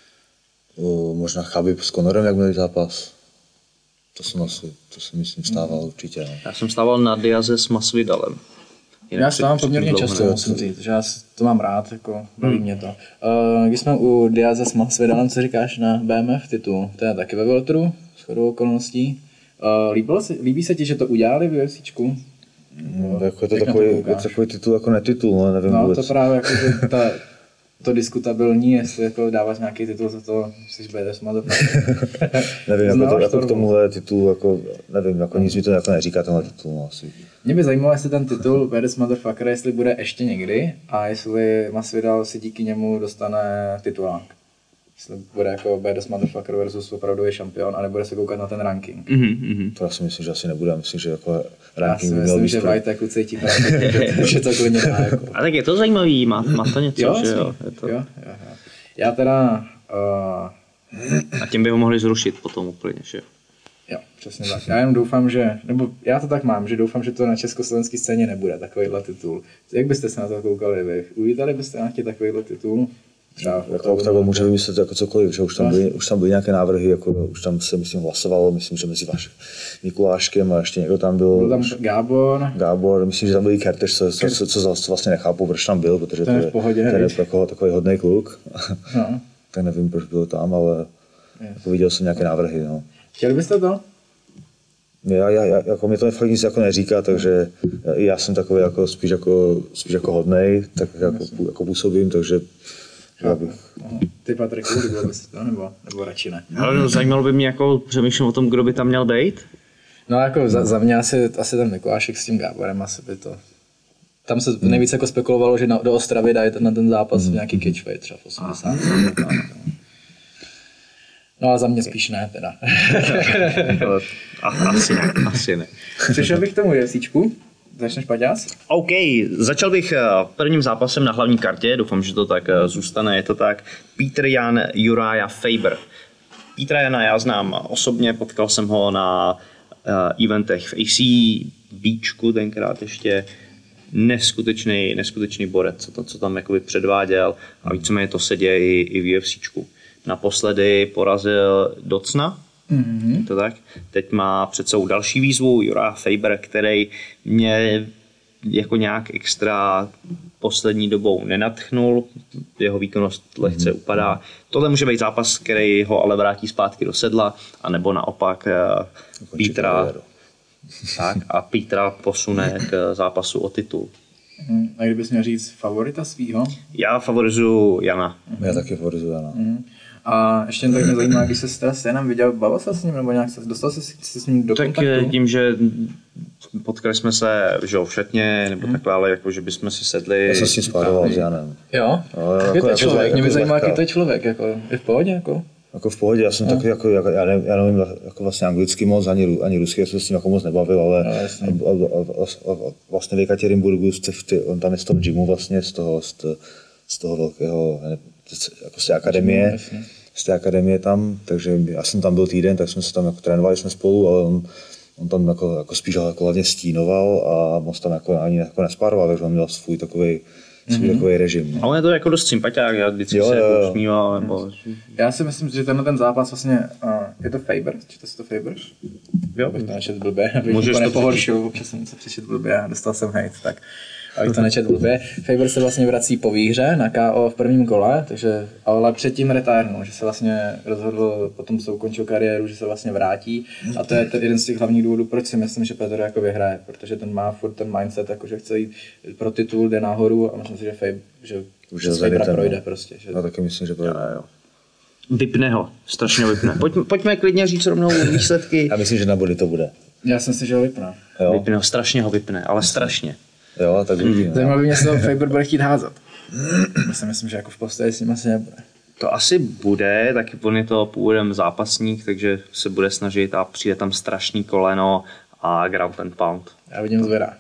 O, možná Khabib s Conorem, jak měli zápas. To jsem asi, to jsem myslím vstával určitě. No. Já jsem stával na Diaze s Masvidalem. Jinak Já před- stávám předtím poměrně dlouho často, ne. musím říct, že já s- to mám rád, jako baví mě to. Uh, když jsme u Diaze s Masvidalem, co říkáš na B M F titul? To je taky ve welteru, shodou okolností. Uh, líbilo se, líbí se ti, že to udělali v UFCčku? No, jako je to Jak na to takový, je koukáš? to takový titul jako netitul, no, nevím No, vůbec. to právě jako, že ta, to diskutabilní, jestli jako dáváš nějaký titul za to, jsi badass motherfucker. Nevím, jako, to, Znáš jako to, k tomuhle titul, jako, nevím, jako nic mi to jako neříká tenhle titul, no, asi. Mě by zajímalo, jestli ten titul badass motherfucker, jestli bude ještě někdy a jestli Masvidal si díky němu dostane titulák. Jestli bude jako badass motherfucker versus opravdový šampion a nebude se koukat na ten ranking. Mhm, mhm. To já si myslím, že asi nebude, myslím, že jako Já ranking si by měl myslím, být že pro- Vajtek ucítí pravdu, že, že to klidně dá. Jako. A tak je to zajímavý, má, má to něco, Jo, že jasný. jo? Je to... jo, jo, jo. Já teda... Uh, A tím by ho mohli zrušit potom úplně, že jo? Jo, přesně tak. Já jenom doufám, že, nebo já to tak mám, že doufám, že to na československé scéně nebude takovýhle titul. Jak byste se na to koukali vy? Uvítali byste nějaký takovýhle titul? Třeba jako Octagon může vymyslet jako cokoliv, že už tam, byly, už tam byly nějaké návrhy, jako už tam se myslím hlasovalo, myslím, že mezi vaš Mikuláškem a ještě někdo tam byl. Byl tam Gábor. Gábor, myslím, že tam byl i Kertéš, co, co, co, co, co vlastně nechápu, proč tam byl, protože ten to je, je, v pohodě, ten je takový, takový hodný kluk. No. Tak nevím, proč byl tam, ale jako viděl jsem nějaké návrhy. No. Chtěli byste to? Já, já, já, jako mě to fakt nic jako neříká, takže já, já jsem takový jako spíš jako, spíš jako hodnej, tak jako, jako působím, takže já bych... Ty Patriku, líbilo by si to, nebo, nebo radši ne? Ale no, zajímalo by mě, jako přemýšlím o tom, kdo by tam měl být. No jako za, za mě asi, asi ten Mikulášek s tím Gáborem, asi by to... Tam se hmm. nejvíc jako spekulovalo, že na, do Ostravy dají na ten zápas hmm. nějaký catchway třeba v osmdesátých. No a za mě spíš ne teda. asi ne, asi ne. Přišel bych k tomu UFCčku. Začneš, Paťás? OK, začal bych prvním zápasem na hlavní kartě, doufám, že to tak zůstane, je to tak. Petr Yan, Uriah Faber. Petra Jana já znám osobně, potkal jsem ho na uh, eventech v A C Beachku tenkrát ještě. Neskutečný, neskutečný borec, co, to, co tam jakoby předváděl a víceméně to se děje i, i v UFCčku. Naposledy porazil Docna, mm-hmm. to tak. Teď má před sebou další výzvu, Uriah Faber, který mě jako nějak extra poslední dobou nenadchnul, jeho výkonnost lehce mm-hmm. upadá. Tohle může být zápas, který ho ale vrátí zpátky do sedla, anebo naopak uh, Petra, tak, a Petra posune k zápasu o titul. Mm, a kdybys měl říct favorita svýho? Já favorizuju Jana. Mm. Já taky favorizuju Jana. Mm. A ještě tak mě zajímá, když jsi teda s Janem viděl, bavil se s ním, nebo nějak se, dostal se s ním do tak kontaktu? Tak tím, že potkali jsme se že v šatně, nebo mm. takhle, ale jako, že bychom si sedli. Já jsem s tím spároval s Janem. Jo? No, jak jako, je to jako, člověk? jako, mě by jako zajímá, zlehka. jaký to je člověk, jako, je v pohodě? Jako? Jako v pohodě, já jsem no. taky jako, jako já, ne, já nevím jako vlastně anglicky moc, ani, ani rusky, já jsem s tím jako moc nebavil, ale no, a, a, a, a, vlastně v Jekatěrinburgu, on tam je z toho gymu vlastně, z toho, z, z toho velkého, jako z té akademie, z té akademie tam, takže já jsem tam byl týden, tak jsme se tam jako trénovali jsme spolu, ale on, on tam jako, jako spíš jako hlavně stínoval a moc tam jako ani jako nespároval, takže on měl svůj takovej svůj mm-hmm. takový režim. Ale je to jako dost sympatiák, já vždycky jo, se jo, jako usmíval, nebo... Já si myslím, že tenhle ten zápas vlastně, uh, je to Faber, čte si to Faber? Jo. Abych to nečet blbě, abych Můžeš to to nepohoršil, občas jsem se přečet blbě a dostal jsem hejt, tak abych to nečet blbě. Faber se vlastně vrací po výhře na K O v prvním kole, takže, ale předtím retirnul, že se vlastně rozhodl, potom se ukončil kariéru, že se vlastně vrátí a to je ten jeden z těch hlavních důvodů, proč si myslím, že Petr jako vyhraje, protože ten má furt ten mindset, jako že chce jít pro titul, jde nahoru a myslím si, že Faber, že už že Fabera projde prostě. Že... Já taky myslím, že projde. Jo, jo. Vypne ho, strašně vypne. Pojď, pojďme klidně říct rovnou výsledky. Já myslím, že na body to bude. Já si myslím, že ho vypne. Jo. Vypne ho, strašně ho vypne, ale strašně. Jo, tak uvidíme. Zajímavé by mě, jestli to Faber bude chtít házet. Já si myslím, že jako v postoji s ním asi nebude. To asi bude, taky on je to původem zápasník, takže se bude snažit a přijde tam strašný koleno a ground and pound. Já vidím zvěrák.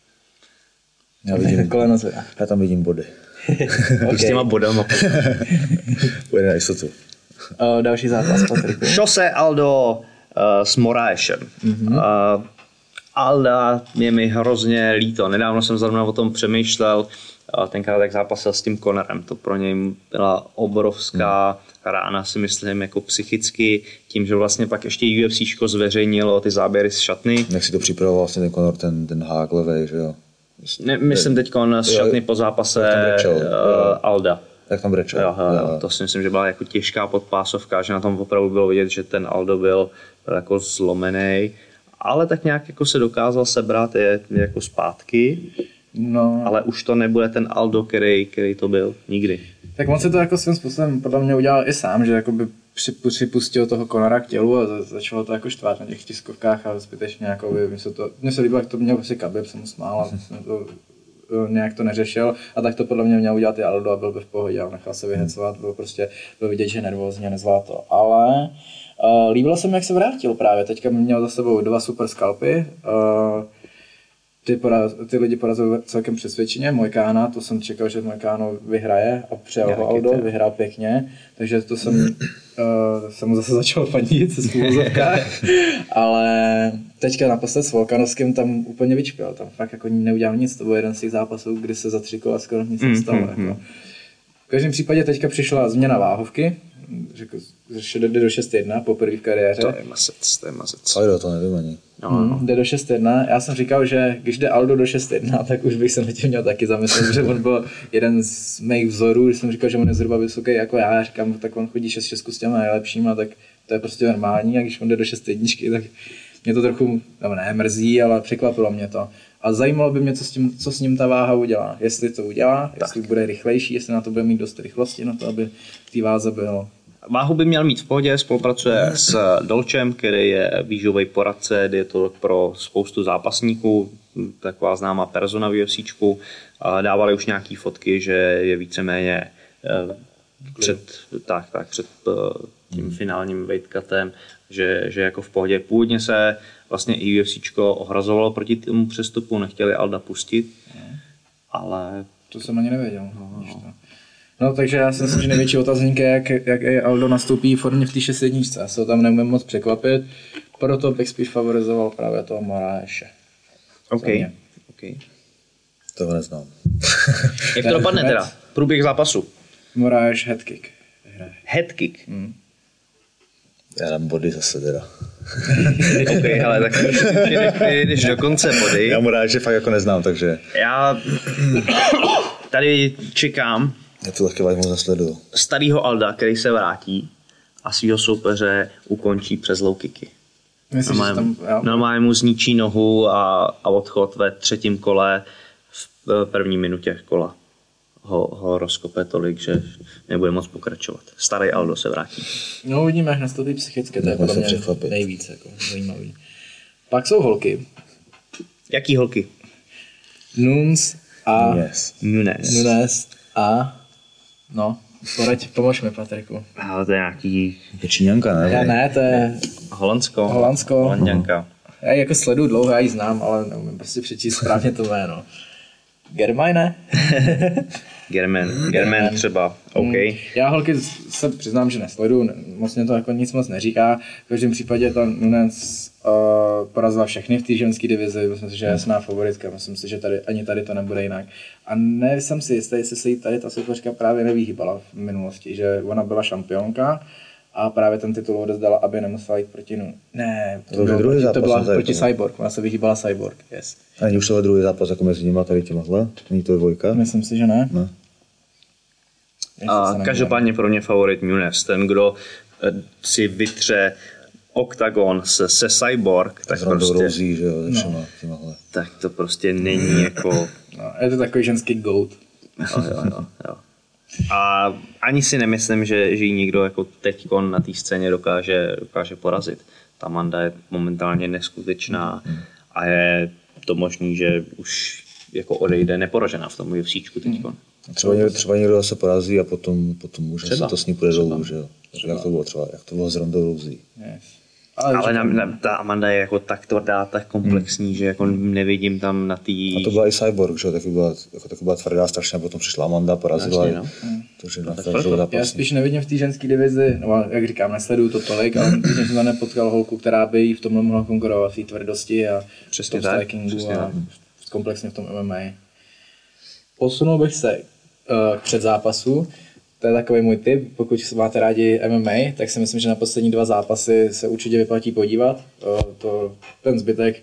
Já vidím koleno zvěrák. Já tam vidím body. Okay. S těma bodama. Pojde na jistotu. O, další zápas, Patriku. Jose Aldo uh, s Moraesem. Mm-hmm. Uh, Alda je mi hrozně líto. Nedávno jsem zrovna o tom přemýšlel. Uh, tenkrát jak zápasil s tím Conorem. To pro něj byla obrovská mm. rána, si myslím, jako psychicky. Tím, že vlastně pak ještě UFCčko zveřejnilo ty záběry z šatny. Jak si to připravoval vlastně ten Conor, ten, ten hák levej, že jo? Ne, myslím teď z šatny po zápase uh, Alda. Jak tam brečel. Jo, jo, jo. To si myslím, že byla jako těžká podpásovka, že na tom opravdu bylo vidět, že ten Aldo byl jako zlomený, ale tak nějak jako se dokázal sebrat je, jako zpátky, no. Ale už to nebude ten Aldo, který, který to byl nikdy. Tak on se to jako svým způsobem podle mě udělal i sám, že jakoby připustil toho Conora k tělu a začalo to jako štvát na těch tiskovkách a zbytečně jako by, mně se to, mně se líbilo, jak to měl prostě Khabib, jsem mu smál a to, nějak to neřešil a tak to podle mě měl udělat i Aldo a byl by v pohodě a nechal se vyhecovat, bylo prostě, bylo vidět, že nervózně nezvládl to, ale uh, líbilo se mi, jak se vrátil právě, teďka měl za sebou dva super skalpy, uh, Ty, poraz, ty lidi porazili celkem přesvědčeně, Mojkána, to jsem čekal, že Mojkáno vyhraje a přijel ho Aldo, vyhrál pěkně, takže to jsem, uh, jsem mu zase začal fandit se svůzovkách, ale teďka naposled s Volkanovským tam úplně vyčpěl, tam fakt jako neudělal nic, to byl jeden z těch zápasů, kdy se za tři kola skoro nic nestalo. Mm, mm, jako. V každém případě teďka přišla změna váhovky, řekl, že jde do šest jedna poprvé v kariéře. To je masec, to je masec. Ale to nevím ani. No, no. Hmm, jde do šest jedna. Já jsem říkal, že když jde Aldo do šest jedna, tak už bych se na tím měl taky zamyslet, že on byl jeden z mých vzorů, když jsem říkal, že on je zhruba vysoký jako já, já říkám, tak on chodí šest šest s těma nejlepšíma, tak to je prostě normální, a když on jde do šest jedna, tak mě to trochu, nebo ne, mrzí, ale překvapilo mě to. A zajímalo by mě, co s, tím, co s ním ta váha udělá. Jestli to udělá, tak. Jestli bude rychlejší, jestli na to bude mít dost rychlosti na to, aby v té váze bylo. Váhu by měl mít v pohodě, spolupracuje s Dolčem, který je výživový poradce, je to pro spoustu zápasníků, taková známá persona v UFCčku. Dávali už nějaký fotky, že je víceméně před, tak, tak, před tím finálním weight cutem, že, že jako v pohodě. Původně se vlastně i UFCčko ohrazovalo proti tomu přestupu, nechtěli Alda pustit, ale... To jsem ani nevěděl. No, no. No, takže já si myslím, že největší otazník je, jak, jak Aldo nastoupí formě v té šest jedna. Já se ho tam neumím moc překvapit, proto bych spíš favorizoval právě toho Moraeše. OK. okay. Toho neznám. Jak to dopadne teda? Průběh zápasu. Moraes headkick. Headkick? Hmm. Já dám body zase teda. OK, ale tak ty jdeš do konce body. Já Moraeše fakt jako neznám, takže... Já tady čekám já to taky moc nesleduju. starýho Alda, který se vrátí a svýho soupeře ukončí přes low kicky. Myslím, normálně, tam, normálně mu zničí nohu a, a odchod ve třetím kole v první minutě kola ho, ho rozkope tolik, že nebude moc pokračovat. Starý Aldo se vrátí. No uvidíme, hned to ty psychické, to je podle mě nejvíc jako, zajímavý. Pak jsou holky. Jaký holky? Nunes a... Nunes. Nunes. Nunes a... No, poraď, pomož mi, Patriku. Ale to je nějaký... Je Číňanka, ne? Já ne, to je... Holandsko. Holandsko. Holanděnka. Já ji jako sleduju dlouho, já ji znám, ale neumím prostě přečíst správně to jméno. Germaj, ne? German, German třeba, OK. Já holky se přiznám, že nesleduju, moc mě to jako nic moc neříká. V každém případě ta Nunes uh, porazila všechny v té ženské divizi, myslím si, že je jasná favoritka, myslím si, že tady, ani tady to nebude jinak. A ne jsem si jistý, jestli se jí tady ta soupeřka právě nevyhýbala v minulosti, že ona byla šampionka a právě ten titul odezdala, aby nemusela jít proti nu. Ne, to, to, bylo druhý proti, to byla proti Cyborg, ona se vyhýbala Cyborg, yes. A není už tohle druhý zápas jako mezi nimi a tady těmahle? Není to dvojka? Myslím si, že ne. Ne. A každopádně pro mě favorit Nunes, ten, kdo si vytře oktagon se, se Cyborg, tak prostě... Rouzí, že jo, no, tak to prostě není jako... No, je to takový ženský goat. Jo, jo, jo, jo. A ani si nemyslím, že, že ji někdo jako teďkon na té scéně dokáže, dokáže porazit. Ta Amanda je momentálně neskutečná a je to možný, že už jako odejde neporažená v tom UFCčku teďkon. Třeba, někdo, třeba někdo se porazí a potom, potom už se to s ní půjde dolů, že jo. Jak to bylo třeba, jak to bylo s Rondou Rousey. Yes. Ale, ale na, na, ta Amanda je jako tak tvrdá, tak komplexní, hmm. že jako nevidím tam na tý... A to byla i Cyborg, že jo, taky byla, jako, taky byla tvrdá strašně, a potom přišla Amanda, porazila. No. Takže no, na to zápasí. Já spíš nevidím v té ženské divizi, no, jak říkám, nesleduju to tolik, ale když jsem nepotkal holku, která by jí v tomhle mohla konkurovat, v té tvrdosti a v tom strikingu a komplexně v tom M M A. Posunul bych se uh, k předzápasu. To je takový můj tip, pokud máte rádi M M A, tak si myslím, že na poslední dva zápasy se určitě vyplatí podívat. Uh, to, ten zbytek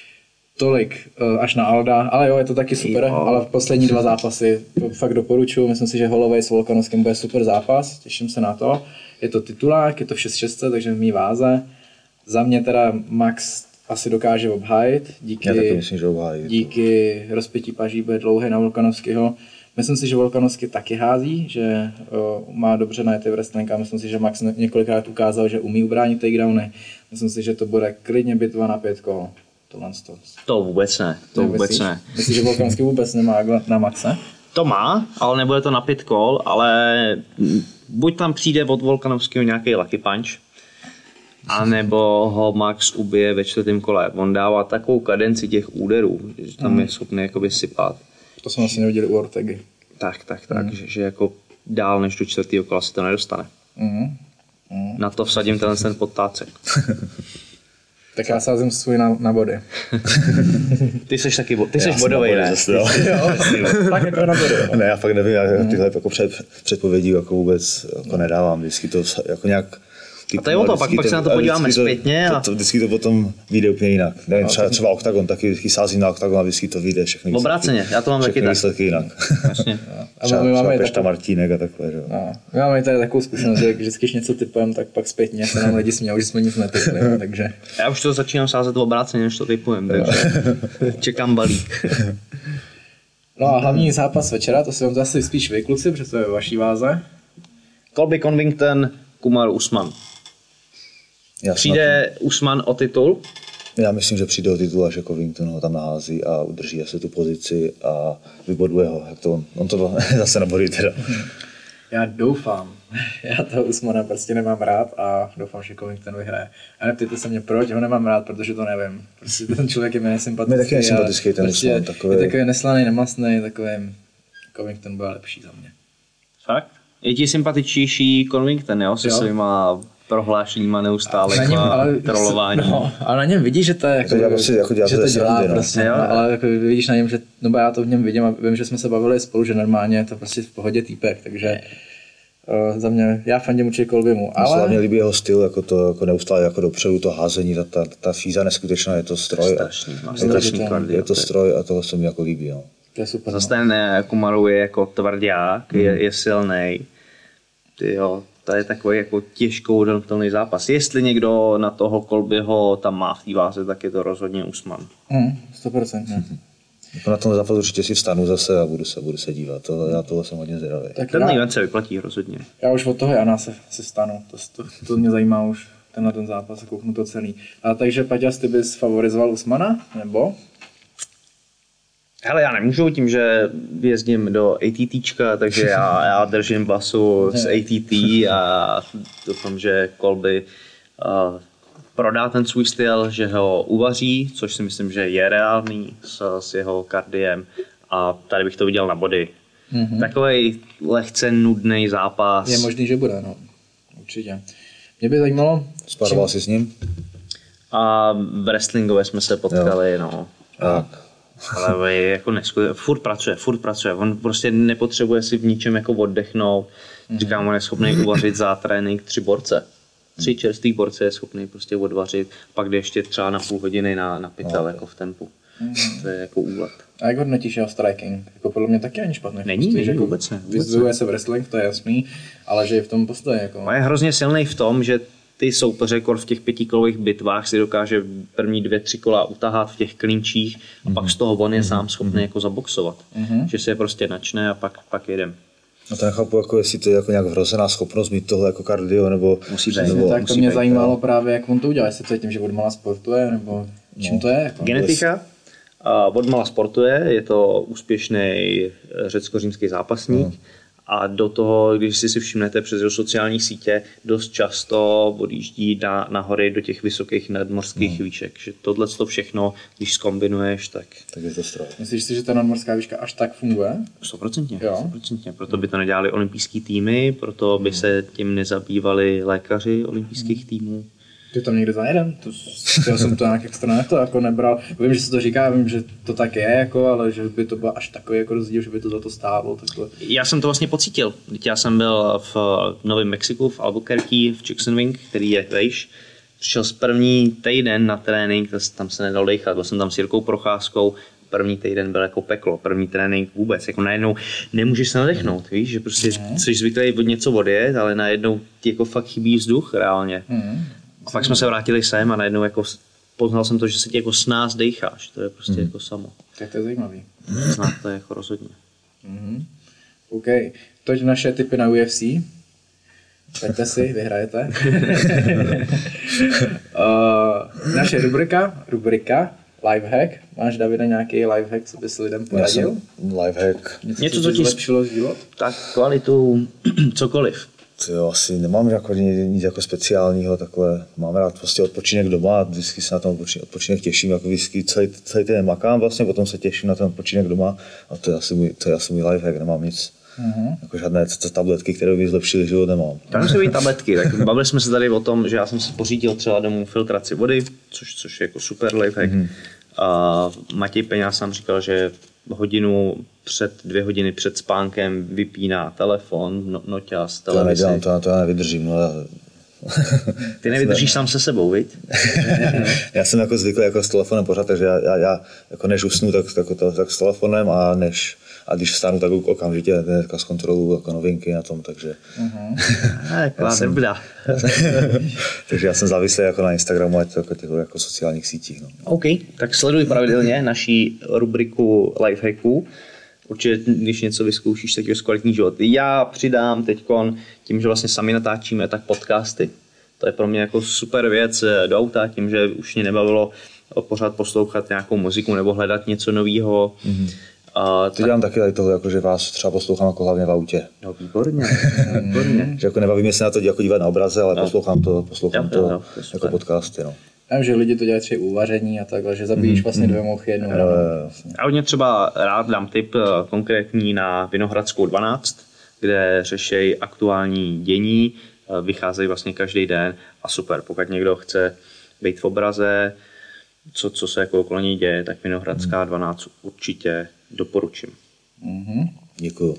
tolik uh, až na Alda, ale jo, je to taky super, jo. Ale v poslední dva zápasy to fakt doporučuji. Myslím si, že Holloway s Volkanovským bude super zápas, těším se na to. Je to titulák, je to v šest šest, takže v mý váze. Za mě teda Max asi dokáže obhájit, díky, Já taky myslím, že obhájí. díky rozpětí paží bude dlouhý na Volkanovského. Myslím si, že Volkanovský taky hází, že uh, má dobře najetý wrestling a myslím si, že Max několikrát ukázal, že umí ubránit takedowny. Myslím si, že to bude klidně bitva na pět kol. To, to vůbec ne, to ne, vůbec myslíš, ne. Myslíš, že Volkanovský vůbec nemá na Maxe? To má, ale nebude to na pět kol, ale buď tam přijde od Volkanovského nějaký lucky punch, anebo ho Max ubije ve čtvrtém kole. On dává takovou kadenci těch úderů, že tam mm. je schopný jakoby sypat. To jsme asi neviděli u Ortegy. Tak, tak, tak, mm. že, že jako dál než do čtvrtého kola se to nedostane. Mm. Mm. Na to vsadím tenhle ten podtácek. Tak já sázím svůj na, na body. Ty jsi taky, ty jsi bodový, ne? Zase, jo. Tak jako na body. Ne, já fakt nevím, já tyhle jako před, předpovědí jako vůbec jako nedávám, vždycky to jako nějak... A to je o to, pak, pak se na to podíváme zpětně. A... To, to, vždycky to potom vyjde úplně jinak. Nevím, třeba, třeba OKTAGON, taky vždycky sázím na OKTAGON a vždycky to vyjde všechny výsledky. Obráceně, já to mám taky tak. výsledky jinak. Vlastně. A třeba my máme třeba Pešta takovou... Martínek a takhle. Že? No, my máme tady takovou zkušenost, že vždycky, když něco typujeme, tak pak zpětně se nám lidi smějou, že jsme nic netypli, takže... Já už to začínám sázet obráceně, než to typujem, takže čekám balík. No a hlavní zápas večera, to si vám zase spíš vy, kluci, protože to je ve vaší váze. Colby Covington, Kamaru Usman. Já Přijde Usman o titul? Já myslím, že přijde o titul, že Covington ho tam nahází a udrží asi tu pozici a vyboduje ho. Jak to on, on to zase nebodí teda. Já doufám. Já toho Usmana prostě nemám rád a doufám, že Covington vyhraje. A neptejte se mě, proč ho nemám rád, protože to nevím. Prostě ten člověk je mi nesympatický. Mě taky nesympatický ten prostě Usman. Takový... Je takový neslaný, nemastný, takový Covington byl lepší za mě. Fakt? Je ti sympatičnější Covington, jo? Se jo. svýma prohlášeníma neustále a trollování. No, ale na něm vidíš, že to je jako, to dělá, prostě, jako dělá že to dělá srandy, prostě, no. Ale jako vidíš na něm, že, no já to v něm vidím a vím, že jsme se bavili spolu, že normálně je to prostě v pohodě týpek, takže uh, za mě, já fandím určitě Colbymu, ale... Hlavně líbí jeho styl, jako to jako neustále jako dopředu, to házení, ta, ta, ta fíza neskutečná, je to stroj. Je, strašný, a, je, to, kardio, je to stroj a toho se mi jako líbí, jo. To je super. Zase ten Kamaru je jako tvrdák, hmm. je, je silnej. Ty jo, to je takový jako těžkou odhadnutelný zápas. Jestli někdo na toho Colbyho tam má v té váze, tak je to rozhodně Usman. Mm, sto procent. Jako na tom zápasu určitě si vstanu zase a budu se, budu se dívat. To, já tohle jsem hodně zvědavý. Ten já, event se vyplatí rozhodně. Já už od toho Jana se, se vstanu. To, to, to mě zajímá už tenhle ten zápas a kouknu to celý. A takže Paťas, ty bys favorizoval Usmana? Nebo? Hele, já nemůžu tím, že jezdím do ATTčka, takže já, já držím basu z A T T a doufám, že Colby uh, prodá ten svůj styl, že ho uvaří, což si myslím, že je reálný s, s jeho kardiem a tady bych to viděl na body. Mm-hmm. Takovej lehce nudný zápas. Je možný, že bude, no. Určitě. Mě by zajímalo... Sparoval jsi s ním? A v wrestlingově jsme se potkali, jo. no. Tak. Ale je jako neskutečný, furt pracuje, furt pracuje, on prostě nepotřebuje si v ničem jako oddechnout, mm-hmm. říkám, on je schopný uvařit za trénink tři borce, tři čerstvý borce je schopný prostě odvařit, pak jde ještě třeba na půl hodiny na, na pytel no, jako v tempu, mm-hmm. to je jako úlet. A jak hodnotíš jeho striking? Jako podle mě taky ani špatný. Není, není jako vůbec ne. Vyzdvihuje se wrestling, to je jasný, ale že je v tom postoji jako... On je hrozně silný v tom, že ty soupeře v těch pětikolových bitvách si dokáže první dvě, tři kola utahat v těch klinčích a mm-hmm. pak z toho on je mm-hmm. sám schopný jako zaboxovat. Mm-hmm. Že se je prostě načne a pak, pak jedem. No to nechápu, jako jestli to je jako nějak vrozená schopnost mít tohle jako kardio, nebo... Musí být. Nebo, tak to mě být, zajímalo ne? Právě, jak on to udělal, jestli to je tím, že odmala sportuje, nebo čím no. to je? Jako? Genetika. Uh, odmala sportuje, je to úspěšný řecko-římský zápasník. Mm. A do toho, když si si všimnete přes jeho sociální sítě, dost často odjíždí na, na hory do těch vysokých nadmořských no. výšek. Že tohle to všechno, když zkombinuješ, tak... Tak je to stroj. Myslíš si, že ta nadmořská výška až tak funguje? Stoprocentně. Stoprocentně. Proto by to nedělali olympijský týmy, proto by se tím nezabývali lékaři olympijských týmů. Ty tam někde zajedem? To, já jsem to nějak extra to jako nebral. Vím, že se to říká, vím, že to tak je, jako, ale že by to bylo až takový jako rozdíl, že by to za to stálo. Takhle. Já jsem to vlastně pocítil. Já jsem byl v Novém Mexiku, v Albuquerque, v Chickenwing, který je vejš. Přišel z první týden na trénink, tam se nedal dechat, byl jsem tam s Jirkou Procházkou. První týden byl jako peklo, první trénink vůbec, jako najednou nemůžeš se nadechnout, víš, že prostě mm. jsi zvyklý od něco odjet, ale najednou ti jako fakt chybí vzduch reálně. Mm. A pak jsme se vrátili sem a najednou jako poznal jsem to, že se ti jako s nás dejcháš, to je prostě mm. jako samo. Tak to je zajímavý. Znát to je jako rozhodně. Mm. OK, toť naše tipy na U F C. Pojďte si, vyhrajete. uh, naše rubrika, rubrika Lifehack. Máš, Davide, nějaký lifehack, co bys lidem poradil? Lifehack. Něco, Něco co ti zlepšilo život? Tak kvalitu, cokoliv. Jo, asi nemám jako nic jako speciálního, takhle mám rád prostě odpočinek doma, vždycky se na ten odpočinek těším, jako vždycky celý, celý den makám vlastně, potom se těším na ten odpočinek doma a to je asi můj, to je asi můj lifehack, nemám nic, Uh-huh. Jako žádné tabletky, které by zlepšily život, nemám. Tam musí být tabletky, tak bavili jsme se tady o tom, že já jsem si pořídil třeba domů filtraci vody, což, což je jako super lifehack. Uh-huh. A Matěj Peňáz nám říkal, že hodinu před, dvě hodiny před spánkem vypíná telefon, no, noťas, televizi. To já nedělám, to, to já nevydržím. No, já... Ty nevydržíš sám se sebou, viď? Já jsem jako zvyklý jako s telefonem pořád, takže já, já, já jako než usnu, tak, tak, tak, tak s telefonem a než a když vstanu, tak okamžitě dneska zkontroluju jako novinky na tom, takže... Uh-huh. jsem, takže já jsem závislý jako na Instagramu a jako, těch, jako sociálních sítích. No. OK, tak sleduj pravidelně naší rubriku Lifehacků. Určitě, když něco vyzkoušíš, tak je kvalitní život. Já přidám teďkon, tím, že vlastně sami natáčíme, tak podcasty. To je pro mě jako super věc do auta, tím, že už mě nebavilo pořád poslouchat nějakou muziku nebo hledat něco nového. Mm-hmm. Uh, to dělám taky tady toho, jako, že vás třeba poslouchám jako hlavně v autě. No, výborně, výborně. Že jako nebavím se na to jako dívat na obraze, ale no. poslouchám to, poslouchám jo, jo, jo, to jako podcasty. No. Já vím, že lidi to dělají třeba uvaření a takhle, že zabíjíš mm-hmm. vlastně dvě mouchy jednou. Jo, jo, jo. Já hodně třeba rád dám tip konkrétní na Vinohradskou dvanáct, kde řeší aktuální dění, vycházejí vlastně každý den a super, pokud někdo chce být v obraze, co, co se jako okolo něj děje, tak Vinohradská dvanáct určitě doporučím. Mm-hmm. Děkuju.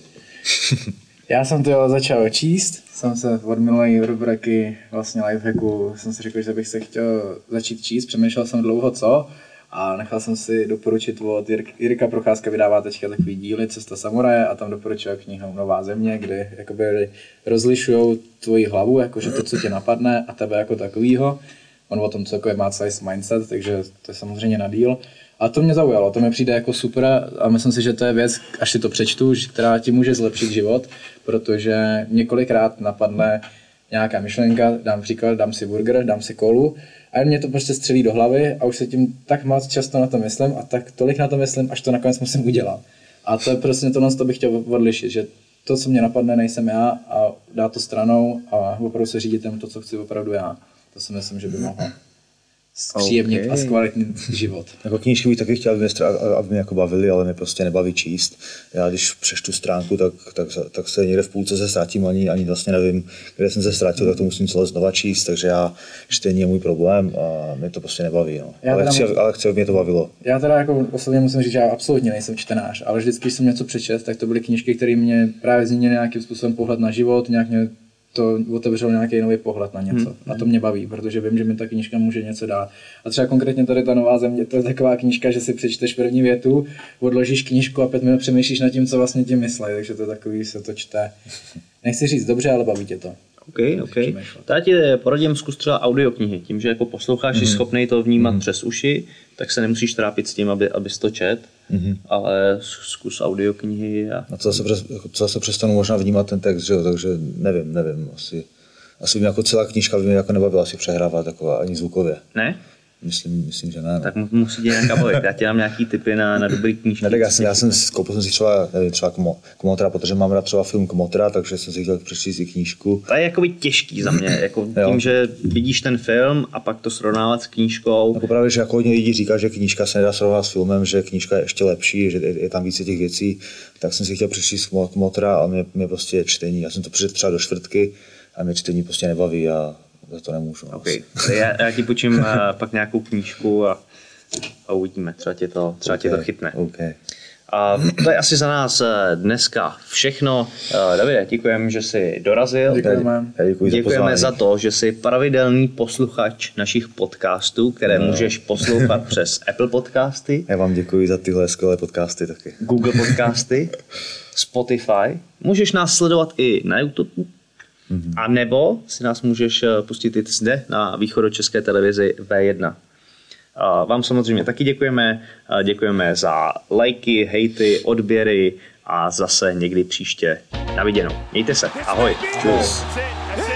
Já jsem to začal číst, jsem se od minulé rubriky vlastně lifehacku, jsem si řekl, že bych se chtěl začít číst, přemýšlel jsem dlouho co a nechal jsem si doporučit od Jirka Procházka, vydává teďka takový díly Cesta samuraje a tam doporučuje knihu Nová země, kdy jakoby rozlišujou tvoji hlavu, jakože to, co tě napadne a tebe jako takovýho. On o tom celkově má celý mindset, takže to je samozřejmě na díl. A to mě zaujalo, to mi přijde jako super a myslím si, že to je věc, až si to přečtu, která ti může zlepšit život, protože několikrát napadne nějaká myšlenka, dám příklad, dám si burger, dám si kolu a mě to prostě střelí do hlavy a už se tím tak moc často na to myslím a tak tolik na to myslím, až to nakonec musím udělat. A to je prostě tohle, to bych chtěl odlišit, že to, co mě napadne, nejsem já a dát to stranou a opravdu se řídit to, co chci opravdu já. To si myslím, že by mohlo zpříjemnit okay. a zkvalitnit život. Jako knížky bych taky chtěl, aby mě, aby mě jako bavili, ale mě prostě nebaví číst. Já když přečtu stránku, tak, tak, tak se někde v půlce se ztratím, ani, ani vlastně nevím, kde jsem se ztratil, tak to musím celé znova číst, takže já čtení je můj problém a mě to prostě nebaví. No. Ale, chci, můžu... ale chci, aby mě to bavilo. Já teda jako osobně musím říct, že já absolutně nejsem čtenář, ale vždycky, když jsem něco přečet, tak to byly knížky, které mě právě změnily nějakým způsobem pohled na život, nějak mě to otevřelo nějaký nový pohled na něco. Hmm. A to mě baví, protože vím, že mi ta knížka může něco dát. A třeba konkrétně tady ta Nová země, to je taková knížka, že si přečteš první větu, odložíš knížku a pět minut přemýšlíš nad tím, co vlastně tím myslí, takže to je takový, se to čte. Nechci říct dobře, ale baví tě to. OK, OK. Já ti poradím, zkus třeba audioknihy. Tím, že jako posloucháš, jsi mm-hmm. schopnej to vnímat mm-hmm. přes uši, tak se nemusíš trápit s tím, aby, abys to čet, mm-hmm. ale zkus audioknihy. A, a co se, co se přestanu možná vnímat ten text, že jo? Takže nevím, nevím. Asi, asi by jako celá knížka by mě jako nebavila asi přehrávat jako ani zvukově. Ne? Myslím, myslím, že ne. No. Tak musí tě nějaká bavit. Já ti dám nějaký tipy na, na dobrý knížky. Ne, tak já jsem, já jsem koupil jsem si třeba, nevím, třeba Kmotra, protože mám rád třeba film Kmotra, takže jsem si chtěl přečíst i knížku. To je jakoby těžký za mě, jako tím, že vidíš ten film a pak to srovnávat s knížkou. Jako právě, že jako hodně lidí říká, že knížka se nedá srovnávat s filmem, že knížka je ještě lepší, že je, je tam více těch věcí, tak jsem si chtěl přečíst Kmotra a mě, mě prostě čtení. Já jsem to přečetl třeba do čtvrtky a mě čtení prostě nebaví a za to nemůžu. Okay. Já, já ti počím uh, pak nějakou knížku a, a uvidíme, třeba tě to, třeba okay. tě to chytne. Okay. A to je asi za nás dneska všechno. Uh, Davide, děkujeme, že jsi dorazil. Děkujeme. Děkuji Děkujeme za, za to, že jsi pravidelný posluchač našich podcastů, které no. můžeš poslouchat přes Apple podcasty. Já vám děkuji za tyhle skvělé podcasty taky. Google podcasty, Spotify. Můžeš nás sledovat i na YouTube. Mm-hmm. A nebo si nás můžeš pustit i zde na východočeské televizi V jedna. Vám samozřejmě taky děkujeme. Děkujeme za lajky, hejty, odběry a zase někdy příště. Na viděnou. Mějte se. Ahoj. Čus.